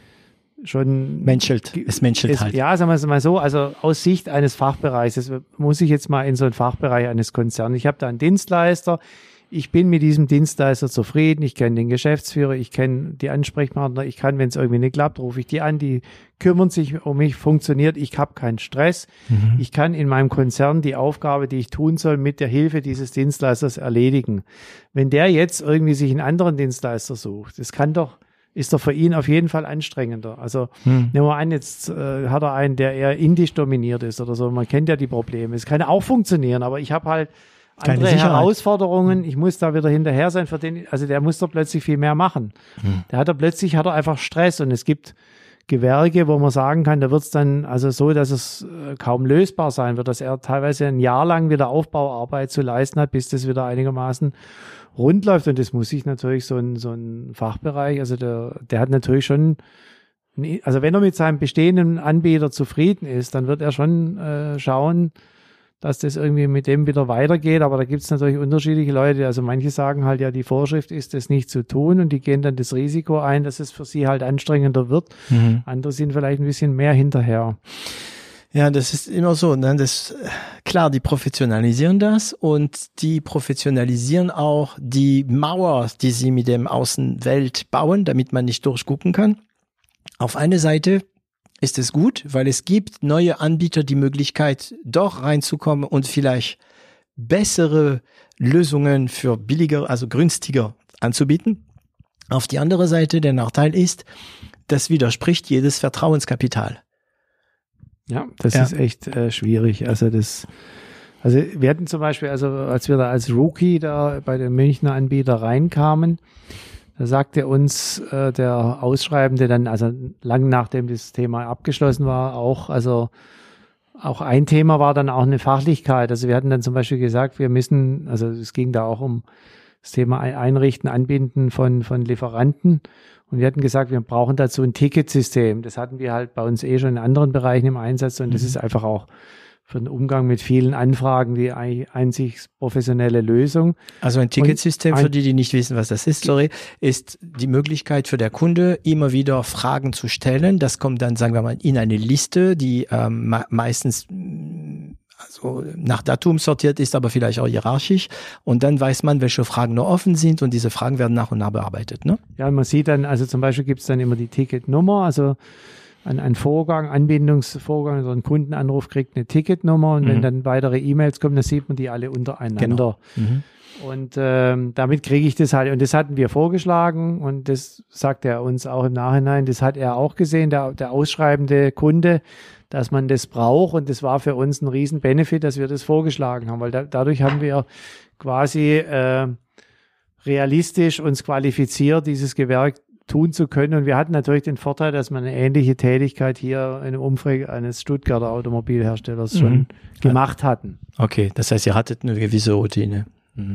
Speaker 1: schon
Speaker 2: Es menschelt halt.
Speaker 1: Ja, sagen wir es mal so, also aus Sicht eines Fachbereichs, das muss ich jetzt mal in so einen Fachbereich eines Konzerns. Ich habe da einen Dienstleister, ich bin mit diesem Dienstleister zufrieden, ich kenne den Geschäftsführer, ich kenne die Ansprechpartner, ich kann, wenn es irgendwie nicht klappt, rufe ich die an, die kümmern sich um mich, funktioniert, ich habe keinen Stress. Ich kann in meinem Konzern die Aufgabe, die ich tun soll, mit der Hilfe dieses Dienstleisters erledigen. Wenn der jetzt irgendwie sich einen anderen Dienstleister sucht, ist doch für ihn auf jeden Fall anstrengender. Also nehmen wir an, jetzt hat er einen, der eher indisch dominiert ist oder so. Man kennt ja die Probleme. Es kann auch funktionieren, aber ich habe halt andere Herausforderungen. Ich muss da wieder hinterher sein für den. Also der muss doch plötzlich viel mehr machen. Hat er einfach Stress und es gibt Gewerke, wo man sagen kann, da wird es dann also so, dass es kaum lösbar sein wird, dass er teilweise ein Jahr lang wieder Aufbauarbeit zu leisten hat, bis das wieder einigermaßen rund läuft. Und das muss sich natürlich so ein Fachbereich, also der hat natürlich schon, also wenn er mit seinem bestehenden Anbieter zufrieden ist, dann wird er schon schauen, dass das irgendwie mit dem wieder weitergeht. Aber da gibt es natürlich unterschiedliche Leute. Also manche sagen halt, ja, die Vorschrift ist, das nicht zu tun und die gehen dann das Risiko ein, dass es für sie halt anstrengender wird. Andere sind vielleicht ein bisschen mehr hinterher.
Speaker 2: Ja, das ist immer so. Ne? Klar, die professionalisieren das und die professionalisieren auch die Mauer, die sie mit dem Außenwelt bauen, damit man nicht durchgucken kann. Auf eine Seite ist es gut, weil es gibt neue Anbieter die Möglichkeit, doch reinzukommen und vielleicht bessere Lösungen für billiger, also günstiger anzubieten. Auf die andere Seite, der Nachteil ist, das widerspricht jedes Vertrauenskapital.
Speaker 1: Ja, das ist echt schwierig. Also wir hatten zum Beispiel, also als wir da als Rookie da bei dem Münchner Anbieter reinkamen, da sagte uns der Ausschreibende dann, also lang nachdem das Thema abgeschlossen war, auch ein Thema war dann auch eine Fachlichkeit. Also wir hatten dann zum Beispiel gesagt, wir müssen, also es ging da auch um das Thema Einrichten, Anbinden von Lieferanten. Und wir hatten gesagt, wir brauchen dazu ein Ticketsystem. Das hatten wir halt bei uns schon in anderen Bereichen im Einsatz. Und das ist einfach auch für den Umgang mit vielen Anfragen die einzig professionelle Lösung.
Speaker 2: Also ein Ticketsystem, für die nicht wissen, was das ist, ist die Möglichkeit für der Kunde, immer wieder Fragen zu stellen. Das kommt dann, sagen wir mal, in eine Liste, die meistens also nach Datum sortiert ist, aber vielleicht auch hierarchisch. Und dann weiß man, welche Fragen noch offen sind und diese Fragen werden nach und nach bearbeitet. Ne?
Speaker 1: Ja, man sieht dann, also zum Beispiel gibt es dann immer die Ticketnummer, also ein Vorgang, Anbindungsvorgang, also ein Kundenanruf kriegt eine Ticketnummer und wenn dann weitere E-Mails kommen, dann sieht man die alle untereinander. Genau. Und damit kriege ich das halt, und das hatten wir vorgeschlagen und das sagt er uns auch im Nachhinein, das hat er auch gesehen, der ausschreibende Kunde, dass man das braucht und das war für uns ein riesen Benefit, dass wir das vorgeschlagen haben, weil dadurch haben wir quasi realistisch uns qualifiziert, dieses Gewerk tun zu können. Und wir hatten natürlich den Vorteil, dass man eine ähnliche Tätigkeit hier in dem Umfeld eines Stuttgarter Automobilherstellers schon gemacht hatten.
Speaker 2: Okay, das heißt, ihr hattet eine gewisse Routine.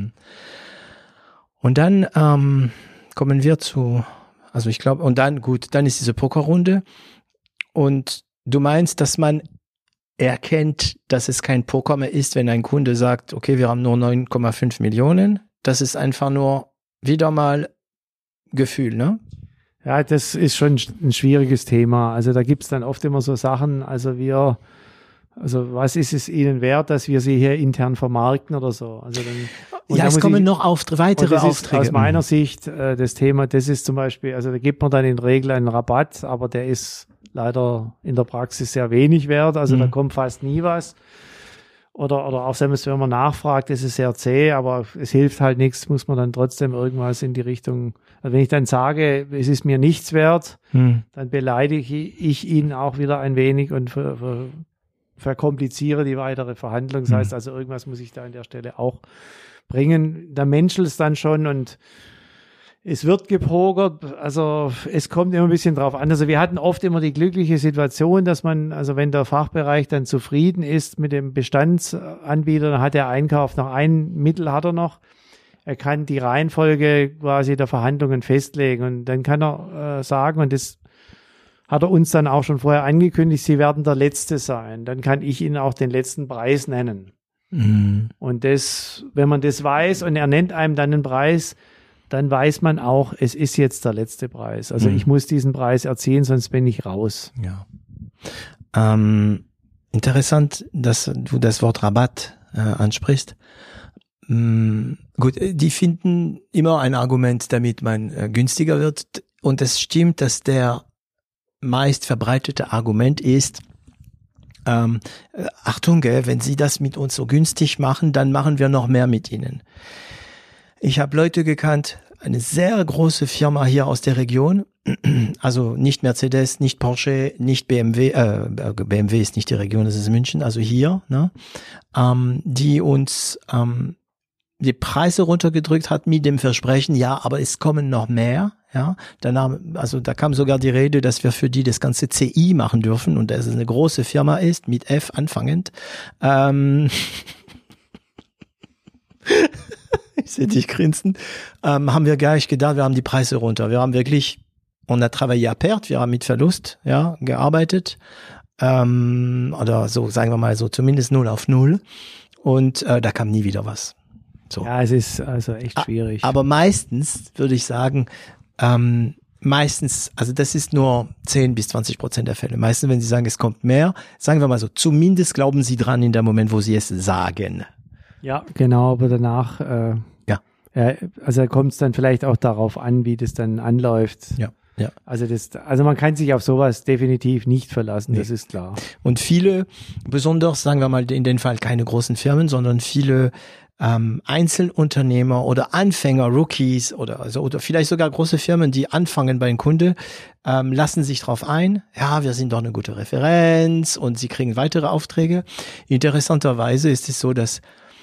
Speaker 2: Und dann kommen wir zu, also ich glaube, und dann ist diese Pokerrunde und du meinst, dass man erkennt, dass es kein Poker mehr ist, wenn ein Kunde sagt, okay, wir haben nur 9,5 Millionen. Das ist einfach nur wieder mal Gefühl, ne?
Speaker 1: Ja, das ist schon ein schwieriges Thema. Also da gibt es dann oft immer so Sachen, also was ist es Ihnen wert, dass wir sie hier intern vermarkten oder so? Also dann,
Speaker 2: es kommen noch weitere Aufträge.
Speaker 1: Aus meiner Sicht das Thema, das ist zum Beispiel, also da gibt man dann in der Regel einen Rabatt, aber der ist leider in der Praxis sehr wenig wert, also da kommt fast nie was. Oder auch selbst wenn man nachfragt, ist es sehr zäh, aber es hilft halt nichts, muss man dann trotzdem irgendwas in die Richtung, also wenn ich dann sage, es ist mir nichts wert, dann beleidige ich ihn auch wieder ein wenig und verkompliziere die weitere Verhandlung. Das heißt also, irgendwas muss ich da an der Stelle auch bringen. Da menschelt es dann schon und Es wird gepokert, also es kommt immer ein bisschen drauf an. Also wir hatten oft immer die glückliche Situation, dass man, also wenn der Fachbereich dann zufrieden ist mit dem Bestandsanbieter, dann hat der Einkauf noch ein Mittel hat er noch. Er kann die Reihenfolge quasi der Verhandlungen festlegen und dann kann er sagen, und das hat er uns dann auch schon vorher angekündigt, Sie werden der Letzte sein. Dann kann ich Ihnen auch den letzten Preis nennen. Mhm. Und das, wenn man das weiß und er nennt einem dann einen Preis, dann weiß man auch, es ist jetzt der letzte Preis. Also ich muss diesen Preis erzielen, sonst bin ich raus.
Speaker 2: Ja. Interessant, dass du das Wort Rabatt ansprichst. Gut, die finden immer ein Argument, damit man günstiger wird. Und es stimmt, dass der meist verbreitete Argument ist, Achtung, wenn Sie das mit uns so günstig machen, dann machen wir noch mehr mit Ihnen. Ich habe Leute gekannt, eine sehr große Firma hier aus der Region, also nicht Mercedes, nicht Porsche, nicht BMW, BMW ist nicht die Region, das ist München, also hier, ne, die uns die Preise runtergedrückt hat mit dem Versprechen, ja, aber es kommen noch mehr, ja. Also da kam sogar die Rede, dass wir für die das ganze CI machen dürfen und dass es eine große Firma ist, mit F anfangend. Ich sehe dich grinsen, haben wir gar nicht gedacht, wir haben die Preise runter. Wir haben wirklich, on a travaillé à perte, wir haben mit Verlust, ja, gearbeitet, oder so, sagen wir mal so, zumindest 0 auf 0 und da kam nie wieder was. So.
Speaker 1: Ja, es ist also echt schwierig.
Speaker 2: Aber meistens, würde ich sagen, also das ist nur 10-20% der Fälle. Meistens, wenn Sie sagen, es kommt mehr, sagen wir mal so, zumindest glauben Sie dran in dem Moment, wo Sie es sagen.
Speaker 1: Ja, genau, aber danach, also kommt es dann vielleicht auch darauf an, wie das dann anläuft.
Speaker 2: Ja. Ja.
Speaker 1: Also man kann sich auf sowas definitiv nicht verlassen, das ist klar.
Speaker 2: Und viele, besonders, sagen wir mal in dem Fall keine großen Firmen, sondern viele Einzelunternehmer oder Anfänger, Rookies oder vielleicht sogar große Firmen, die anfangen bei einem Kunde, lassen sich drauf ein, ja, wir sind doch eine gute Referenz und sie kriegen weitere Aufträge. Interessanterweise ist es so, dass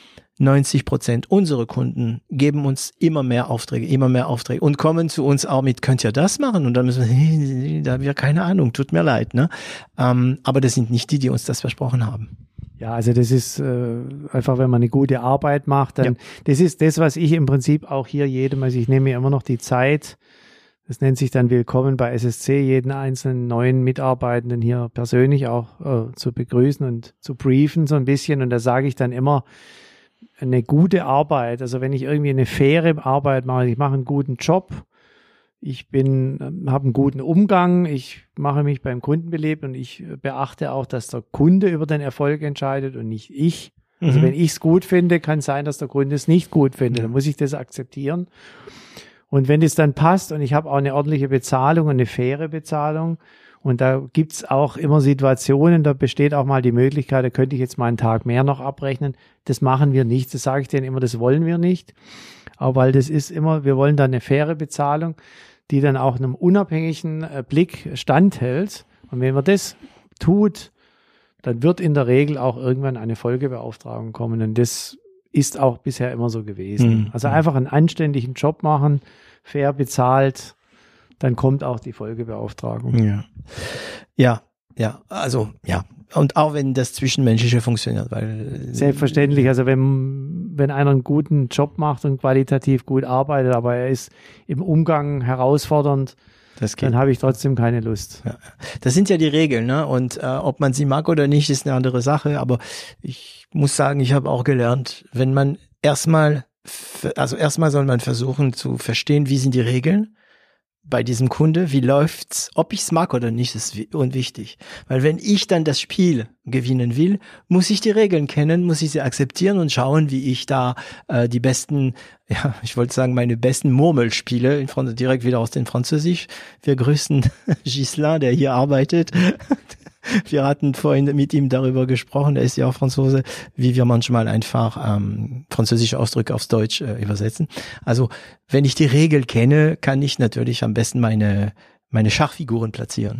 Speaker 2: 90% unserer Kunden geben uns immer mehr Aufträge und kommen zu uns auch mit, könnt ihr das machen? Und dann müssen wir, da haben wir keine Ahnung, tut mir leid, ne? Aber das sind nicht die uns das versprochen haben.
Speaker 1: Ja, also das ist einfach, wenn man eine gute Arbeit macht, dann, das ist das, was ich im Prinzip auch hier also ich nehme mir immer noch die Zeit, das nennt sich dann Willkommen bei SSC, jeden einzelnen neuen Mitarbeitenden hier persönlich auch zu begrüßen und zu briefen so ein bisschen und da sage ich dann immer, eine gute Arbeit, also wenn ich irgendwie eine faire Arbeit mache, ich mache einen guten Job, ich habe einen guten Umgang, ich mache mich beim Kunden beliebt und ich beachte auch, dass der Kunde über den Erfolg entscheidet und nicht ich. Also wenn ich es gut finde, kann es sein, dass der Kunde es nicht gut findet, dann muss ich das akzeptieren. Und wenn das dann passt und ich habe auch eine ordentliche Bezahlung und eine faire Bezahlung, und da gibt's auch immer Situationen, da besteht auch mal die Möglichkeit, da könnte ich jetzt mal einen Tag mehr noch abrechnen. Das machen wir nicht. Das sage ich denen immer, das wollen wir nicht. Aber weil das ist immer, wir wollen dann eine faire Bezahlung, die dann auch einem unabhängigen Blick standhält. Und wenn man das tut, dann wird in der Regel auch irgendwann eine Folgebeauftragung kommen. Und das ist auch bisher immer so gewesen. Also einfach einen anständigen Job machen, fair bezahlt, dann kommt auch die Folgebeauftragung.
Speaker 2: Ja, also ja. Und auch wenn das Zwischenmenschliche funktioniert, weil
Speaker 1: selbstverständlich, also wenn einer einen guten Job macht und qualitativ gut arbeitet, aber er ist im Umgang herausfordernd, dann habe ich trotzdem keine Lust.
Speaker 2: Ja. Das sind ja die Regeln, ne? Und ob man sie mag oder nicht, ist eine andere Sache. Aber ich muss sagen, ich habe auch gelernt, wenn man erstmal soll man versuchen zu verstehen, wie sind die Regeln bei diesem Kunde, wie läuft's, ob ich's mag oder nicht, ist unwichtig. Weil wenn ich dann das Spiel gewinnen will, muss ich die Regeln kennen, muss ich sie akzeptieren und schauen, wie ich da die besten, ja, ich wollte sagen, meine besten Murmelspiele, direkt wieder aus dem Französisch. Wir grüßen Ghislain, der hier arbeitet. Wir hatten vorhin mit ihm darüber gesprochen, er ist ja auch Franzose, wie wir manchmal einfach französische Ausdrücke aufs Deutsch übersetzen. Also wenn ich die Regel kenne, kann ich natürlich am besten meine Schachfiguren platzieren.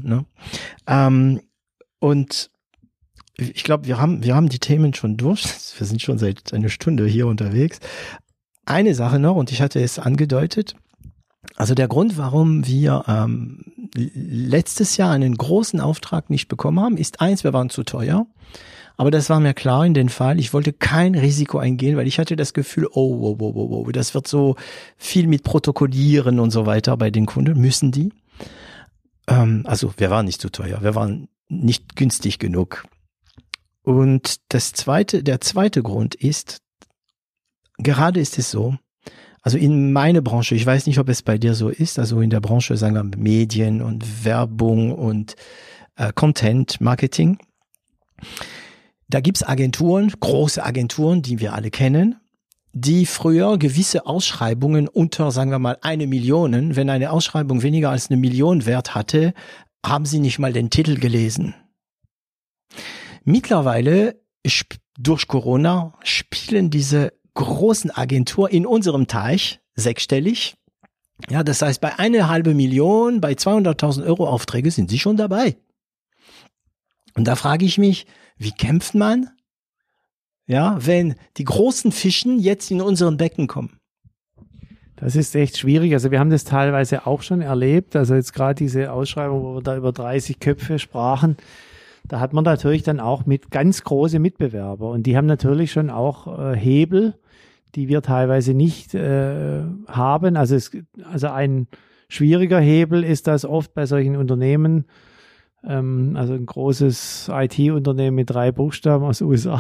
Speaker 2: Ne? Und ich glaube, wir haben die Themen schon durch. Wir sind schon seit einer Stunde hier unterwegs. Eine Sache noch, und ich hatte es angedeutet, Also der Grund, warum wir letztes Jahr einen großen Auftrag nicht bekommen haben, ist eins, wir waren zu teuer. Aber das war mir klar in dem Fall. Ich wollte kein Risiko eingehen, weil ich hatte das Gefühl, das wird so viel mit Protokollieren und so weiter bei den Kunden. Müssen die? Also wir waren nicht zu teuer. Wir waren nicht günstig genug. Und der zweite Grund ist, gerade ist es so, also in meiner Branche, ich weiß nicht, ob es bei dir so ist, also in der Branche, sagen wir, Medien und Werbung und Content Marketing, da gibt's Agenturen, große Agenturen, die wir alle kennen, die früher gewisse Ausschreibungen unter, sagen wir mal, 1 Million, wenn eine Ausschreibung weniger als 1 Million Wert hatte, haben sie nicht mal den Titel gelesen. Mittlerweile, durch Corona, spielen diese großen Agenturen in unserem Teich sechsstellig. Ja, das heißt, bei 1,5 Million, bei 200.000 Euro Aufträge sind sie schon dabei. Und da frage ich mich, wie kämpft man, ja, wenn die großen Fischen jetzt in unseren Becken kommen?
Speaker 1: Das ist echt schwierig. Also wir haben das teilweise auch schon erlebt. Also jetzt gerade diese Ausschreibung, wo wir da über 30 Köpfe sprachen, da hat man natürlich dann auch mit ganz große Mitbewerber. Und die haben natürlich schon auch Hebel, die wir teilweise nicht haben. Also ein schwieriger Hebel ist das oft bei solchen Unternehmen, also ein großes IT-Unternehmen mit 3 Buchstaben aus den USA.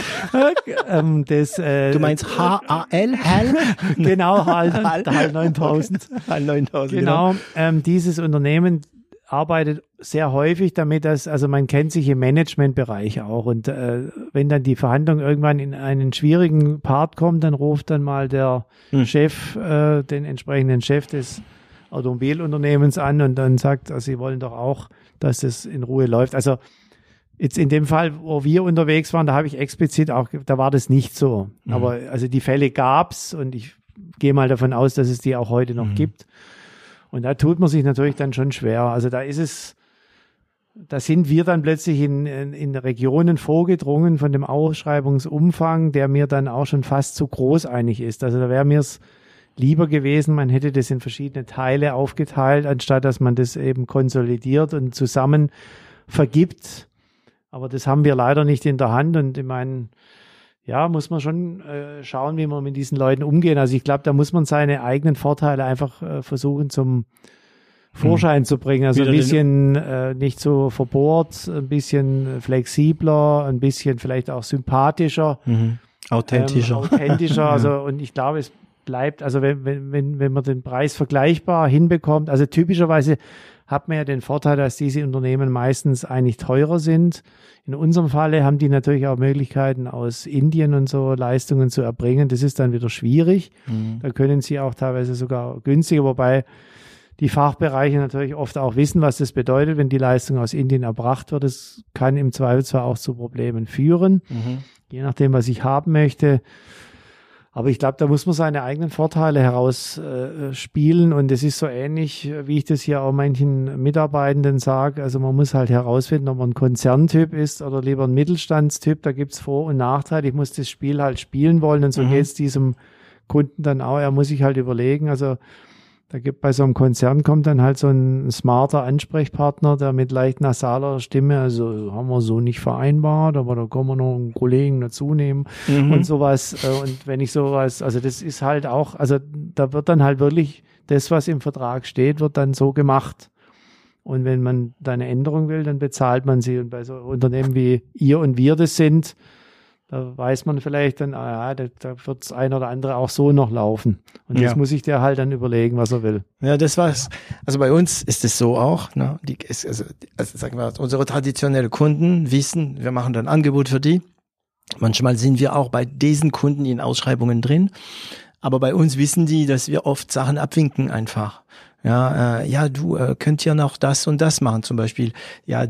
Speaker 2: Du meinst HAL? HAL?
Speaker 1: Genau, HAL 9000.
Speaker 2: HAL 9000,
Speaker 1: genau. Dieses Unternehmen arbeitet sehr häufig damit, also man kennt sich im Managementbereich auch, und wenn dann die Verhandlung irgendwann in einen schwierigen Part kommt, dann ruft dann mal der Chef, den entsprechenden Chef des Automobilunternehmens an und dann sagt, also sie wollen doch auch, dass das in Ruhe läuft. Also jetzt in dem Fall, wo wir unterwegs waren, da habe ich explizit auch, da war das nicht so. Aber also die Fälle gab's und ich gehe mal davon aus, dass es die auch heute noch gibt. Und da tut man sich natürlich dann schon schwer. Also da sind wir dann plötzlich in Regionen vorgedrungen von dem Ausschreibungsumfang, der mir dann auch schon fast zu groß einig ist. Also da wäre mir es lieber gewesen, man hätte das in verschiedene Teile aufgeteilt, anstatt dass man das eben konsolidiert und zusammen vergibt. Aber das haben wir leider nicht in der Hand, und ich meine, ja, muss man schon schauen, wie man mit diesen Leuten umgehen. Also ich glaube, da muss man seine eigenen Vorteile einfach versuchen zum Vorschein zu bringen. Also ein bisschen nicht so verbohrt, ein bisschen flexibler, ein bisschen vielleicht auch sympathischer.
Speaker 2: Authentischer.
Speaker 1: Also, und ich glaube, es bleibt, also wenn man den Preis vergleichbar hinbekommt, also typischerweise hat man ja den Vorteil, dass diese Unternehmen meistens eigentlich teurer sind. In unserem Falle haben die natürlich auch Möglichkeiten, aus Indien und so Leistungen zu erbringen. Das ist dann wieder schwierig. Da können sie auch teilweise sogar günstiger, wobei die Fachbereiche natürlich oft auch wissen, was das bedeutet, wenn die Leistung aus Indien erbracht wird. Das kann im Zweifelsfall auch zu Problemen führen, je nachdem, was ich haben möchte. Aber ich glaube, da muss man seine eigenen Vorteile herausspielen, und es ist so ähnlich, wie ich das hier auch manchen Mitarbeitenden sage. Also man muss halt herausfinden, ob man ein Konzerntyp ist oder lieber ein Mittelstandstyp. Da gibt's Vor- und Nachteile. Ich muss das Spiel halt spielen wollen, und so geht's diesem Kunden dann auch. Er muss sich halt überlegen, also bei so einem Konzern kommt dann halt so ein smarter Ansprechpartner, der mit leicht nasaler Stimme, also haben wir so nicht vereinbart, aber da können wir noch einen Kollegen dazu nehmen und sowas. Und wenn ich sowas, also das ist halt auch, also da wird dann halt wirklich das, was im Vertrag steht, wird dann so gemacht. Und wenn man da eine Änderung will, dann bezahlt man sie. Und bei so Unternehmen wie ihr und wir das sind, da weiß man vielleicht dann, da wird das ein oder andere auch so noch laufen. Und das muss sich der halt dann überlegen, was er will.
Speaker 2: Ja, das war's. Also bei uns ist es so auch, ne? Also sagen wir, unsere traditionellen Kunden wissen, wir machen dann Angebot für die. Manchmal sind wir auch bei diesen Kunden in Ausschreibungen drin. Aber bei uns wissen die, dass wir oft Sachen abwinken einfach. Ja, du könnt ja noch das und das machen, zum Beispiel. Ja,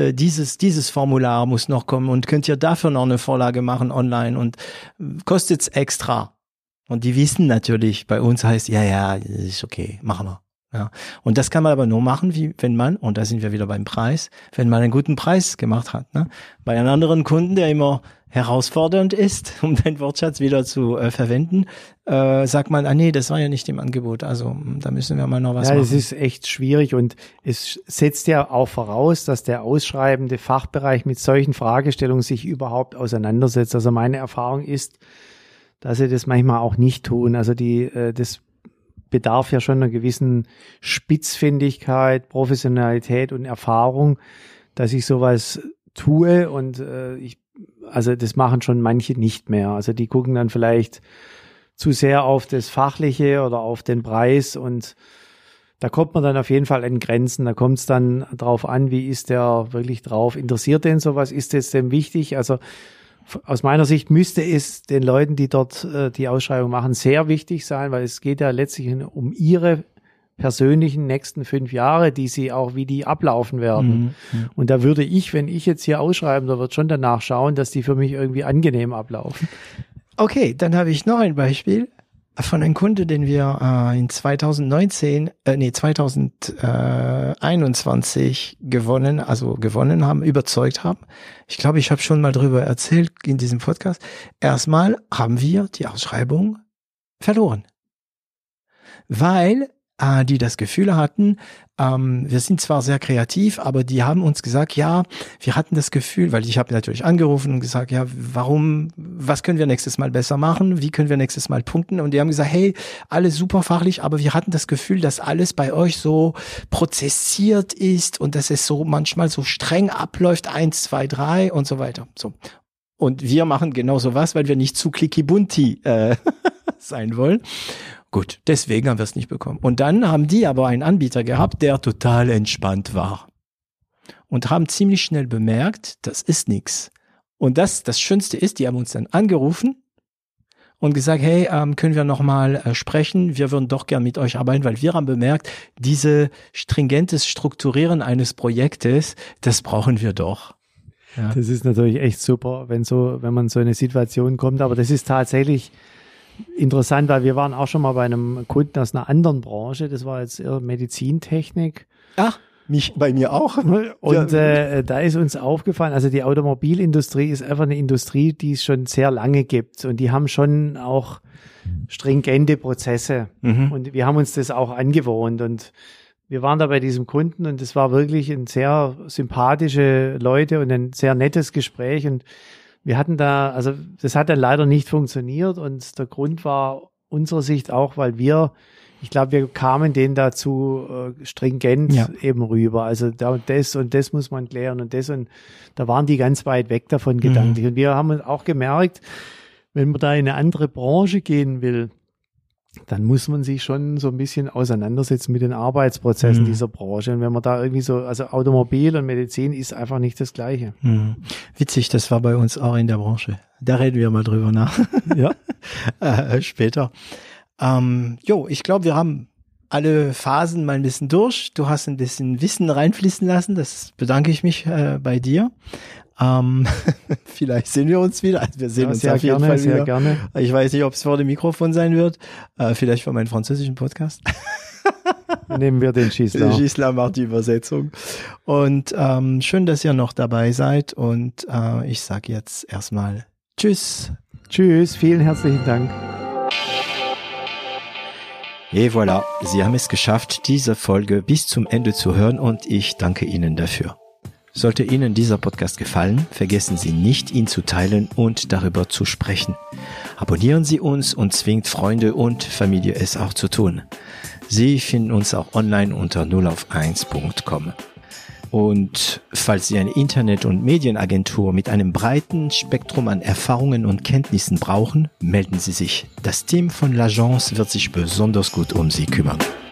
Speaker 2: dieses Formular muss noch kommen, und könnt ihr dafür noch eine Vorlage machen online, und kostet's extra. Und die wissen natürlich, bei uns heißt, ja, ist okay, machen wir. Ja. Und das kann man aber nur machen, wenn man, und da sind wir wieder beim Preis, wenn man einen guten Preis gemacht hat. Ne? Bei einem anderen Kunden, der immer herausfordernd ist, um den Wortschatz wieder zu verwenden, sagt man, nee, das war ja nicht im Angebot. Also da müssen wir mal noch was machen.
Speaker 1: Ja, es ist echt schwierig und es setzt ja auch voraus, dass der ausschreibende Fachbereich mit solchen Fragestellungen sich überhaupt auseinandersetzt. Also meine Erfahrung ist, dass sie das manchmal auch nicht tun. Also das bedarf ja schon einer gewissen Spitzfindigkeit, Professionalität und Erfahrung, dass ich sowas tue und also das machen schon manche nicht mehr. Also die gucken dann vielleicht zu sehr auf das Fachliche oder auf den Preis und da kommt man dann auf jeden Fall an Grenzen. Da kommt es dann drauf an, wie ist der wirklich drauf? Interessiert den sowas? Ist es dem wichtig? Also aus meiner Sicht müsste es den Leuten, die dort die Ausschreibung machen, sehr wichtig sein, weil es geht ja letztlich um ihre persönlichen nächsten 5 Jahre, die sie auch, wie die ablaufen werden. Und da würde ich, wenn ich jetzt hier ausschreiben, da wird schon danach schauen, dass die für mich irgendwie angenehm ablaufen.
Speaker 2: Okay, dann habe ich noch ein Beispiel von einem Kunde, den wir in 2021 gewonnen haben, überzeugt haben. Ich glaube, ich habe schon mal drüber erzählt in diesem Podcast. Erstmal haben wir die Ausschreibung verloren, weil die das Gefühl hatten, wir sind zwar sehr kreativ, aber die haben uns gesagt, ja, wir hatten das Gefühl, weil ich habe natürlich angerufen und gesagt, ja, was können wir nächstes Mal besser machen, wie können wir nächstes Mal punkten, und die haben gesagt, hey, alles super fachlich, aber wir hatten das Gefühl, dass alles bei euch so prozessiert ist und dass es so manchmal so streng abläuft, 1, 2, 3 und so weiter. So. Und wir machen genau sowas, weil wir nicht zu clicky-bunti sein wollen. Gut, deswegen haben wir es nicht bekommen. Und dann haben die aber einen Anbieter gehabt, der total entspannt war. Und haben ziemlich schnell bemerkt, das ist nichts. Und das Schönste ist, die haben uns dann angerufen und gesagt, hey, können wir nochmal sprechen? Wir würden doch gern mit euch arbeiten, weil wir haben bemerkt, diese stringentes Strukturieren eines Projektes, das brauchen wir doch.
Speaker 1: Ja. Das ist natürlich echt super, wenn man so in eine Situation kommt. Aber das ist tatsächlich interessant, weil wir waren auch schon mal bei einem Kunden aus einer anderen Branche, das war jetzt eher Medizintechnik.
Speaker 2: Ach, bei mir auch.
Speaker 1: Und da ist uns aufgefallen, also die Automobilindustrie ist einfach eine Industrie, die es schon sehr lange gibt und die haben schon auch stringente Prozesse und wir haben uns das auch angewohnt und wir waren da bei diesem Kunden und es war wirklich ein sehr sympathische Leute und ein sehr nettes Gespräch und wir hatten das hat dann leider nicht funktioniert und der Grund war unserer Sicht auch, weil wir kamen denen dazu stringent eben rüber. Also das und das muss man klären und da waren die ganz weit weg davon gedanklich. Und wir haben auch gemerkt, wenn man da in eine andere Branche gehen will, dann muss man sich schon so ein bisschen auseinandersetzen mit den Arbeitsprozessen dieser Branche. Und wenn man da irgendwie also Automobil und Medizin ist einfach nicht das Gleiche.
Speaker 2: Witzig, das war bei uns auch in der Branche. Da reden wir mal drüber nach.
Speaker 1: Ja.
Speaker 2: Später. Ich glaube, wir haben alle Phasen mal ein bisschen durch. Du hast ein bisschen Wissen reinfließen lassen. Das bedanke ich mich bei dir. Vielleicht sehen wir uns wieder. Also wir sehen uns auf jeden Fall wieder.
Speaker 1: Sehr gerne.
Speaker 2: Ich weiß nicht, ob es vor dem Mikrofon sein wird. Vielleicht für meinen französischen Podcast.
Speaker 1: Nehmen wir den Gisela.
Speaker 2: Gisela macht die Übersetzung. Und schön, dass ihr noch dabei seid. Und ich sage jetzt erstmal Tschüss.
Speaker 1: Tschüss, vielen herzlichen Dank.
Speaker 2: Et voilà, Sie haben es geschafft, diese Folge bis zum Ende zu hören und ich danke Ihnen dafür. Sollte Ihnen dieser Podcast gefallen, vergessen Sie nicht, ihn zu teilen und darüber zu sprechen. Abonnieren Sie uns und zwingt Freunde und Familie es auch zu tun. Sie finden uns auch online unter 0auf1.com. Und falls Sie eine Internet- und Medienagentur mit einem breiten Spektrum an Erfahrungen und Kenntnissen brauchen, melden Sie sich. Das Team von L'Agence wird sich besonders gut um Sie kümmern.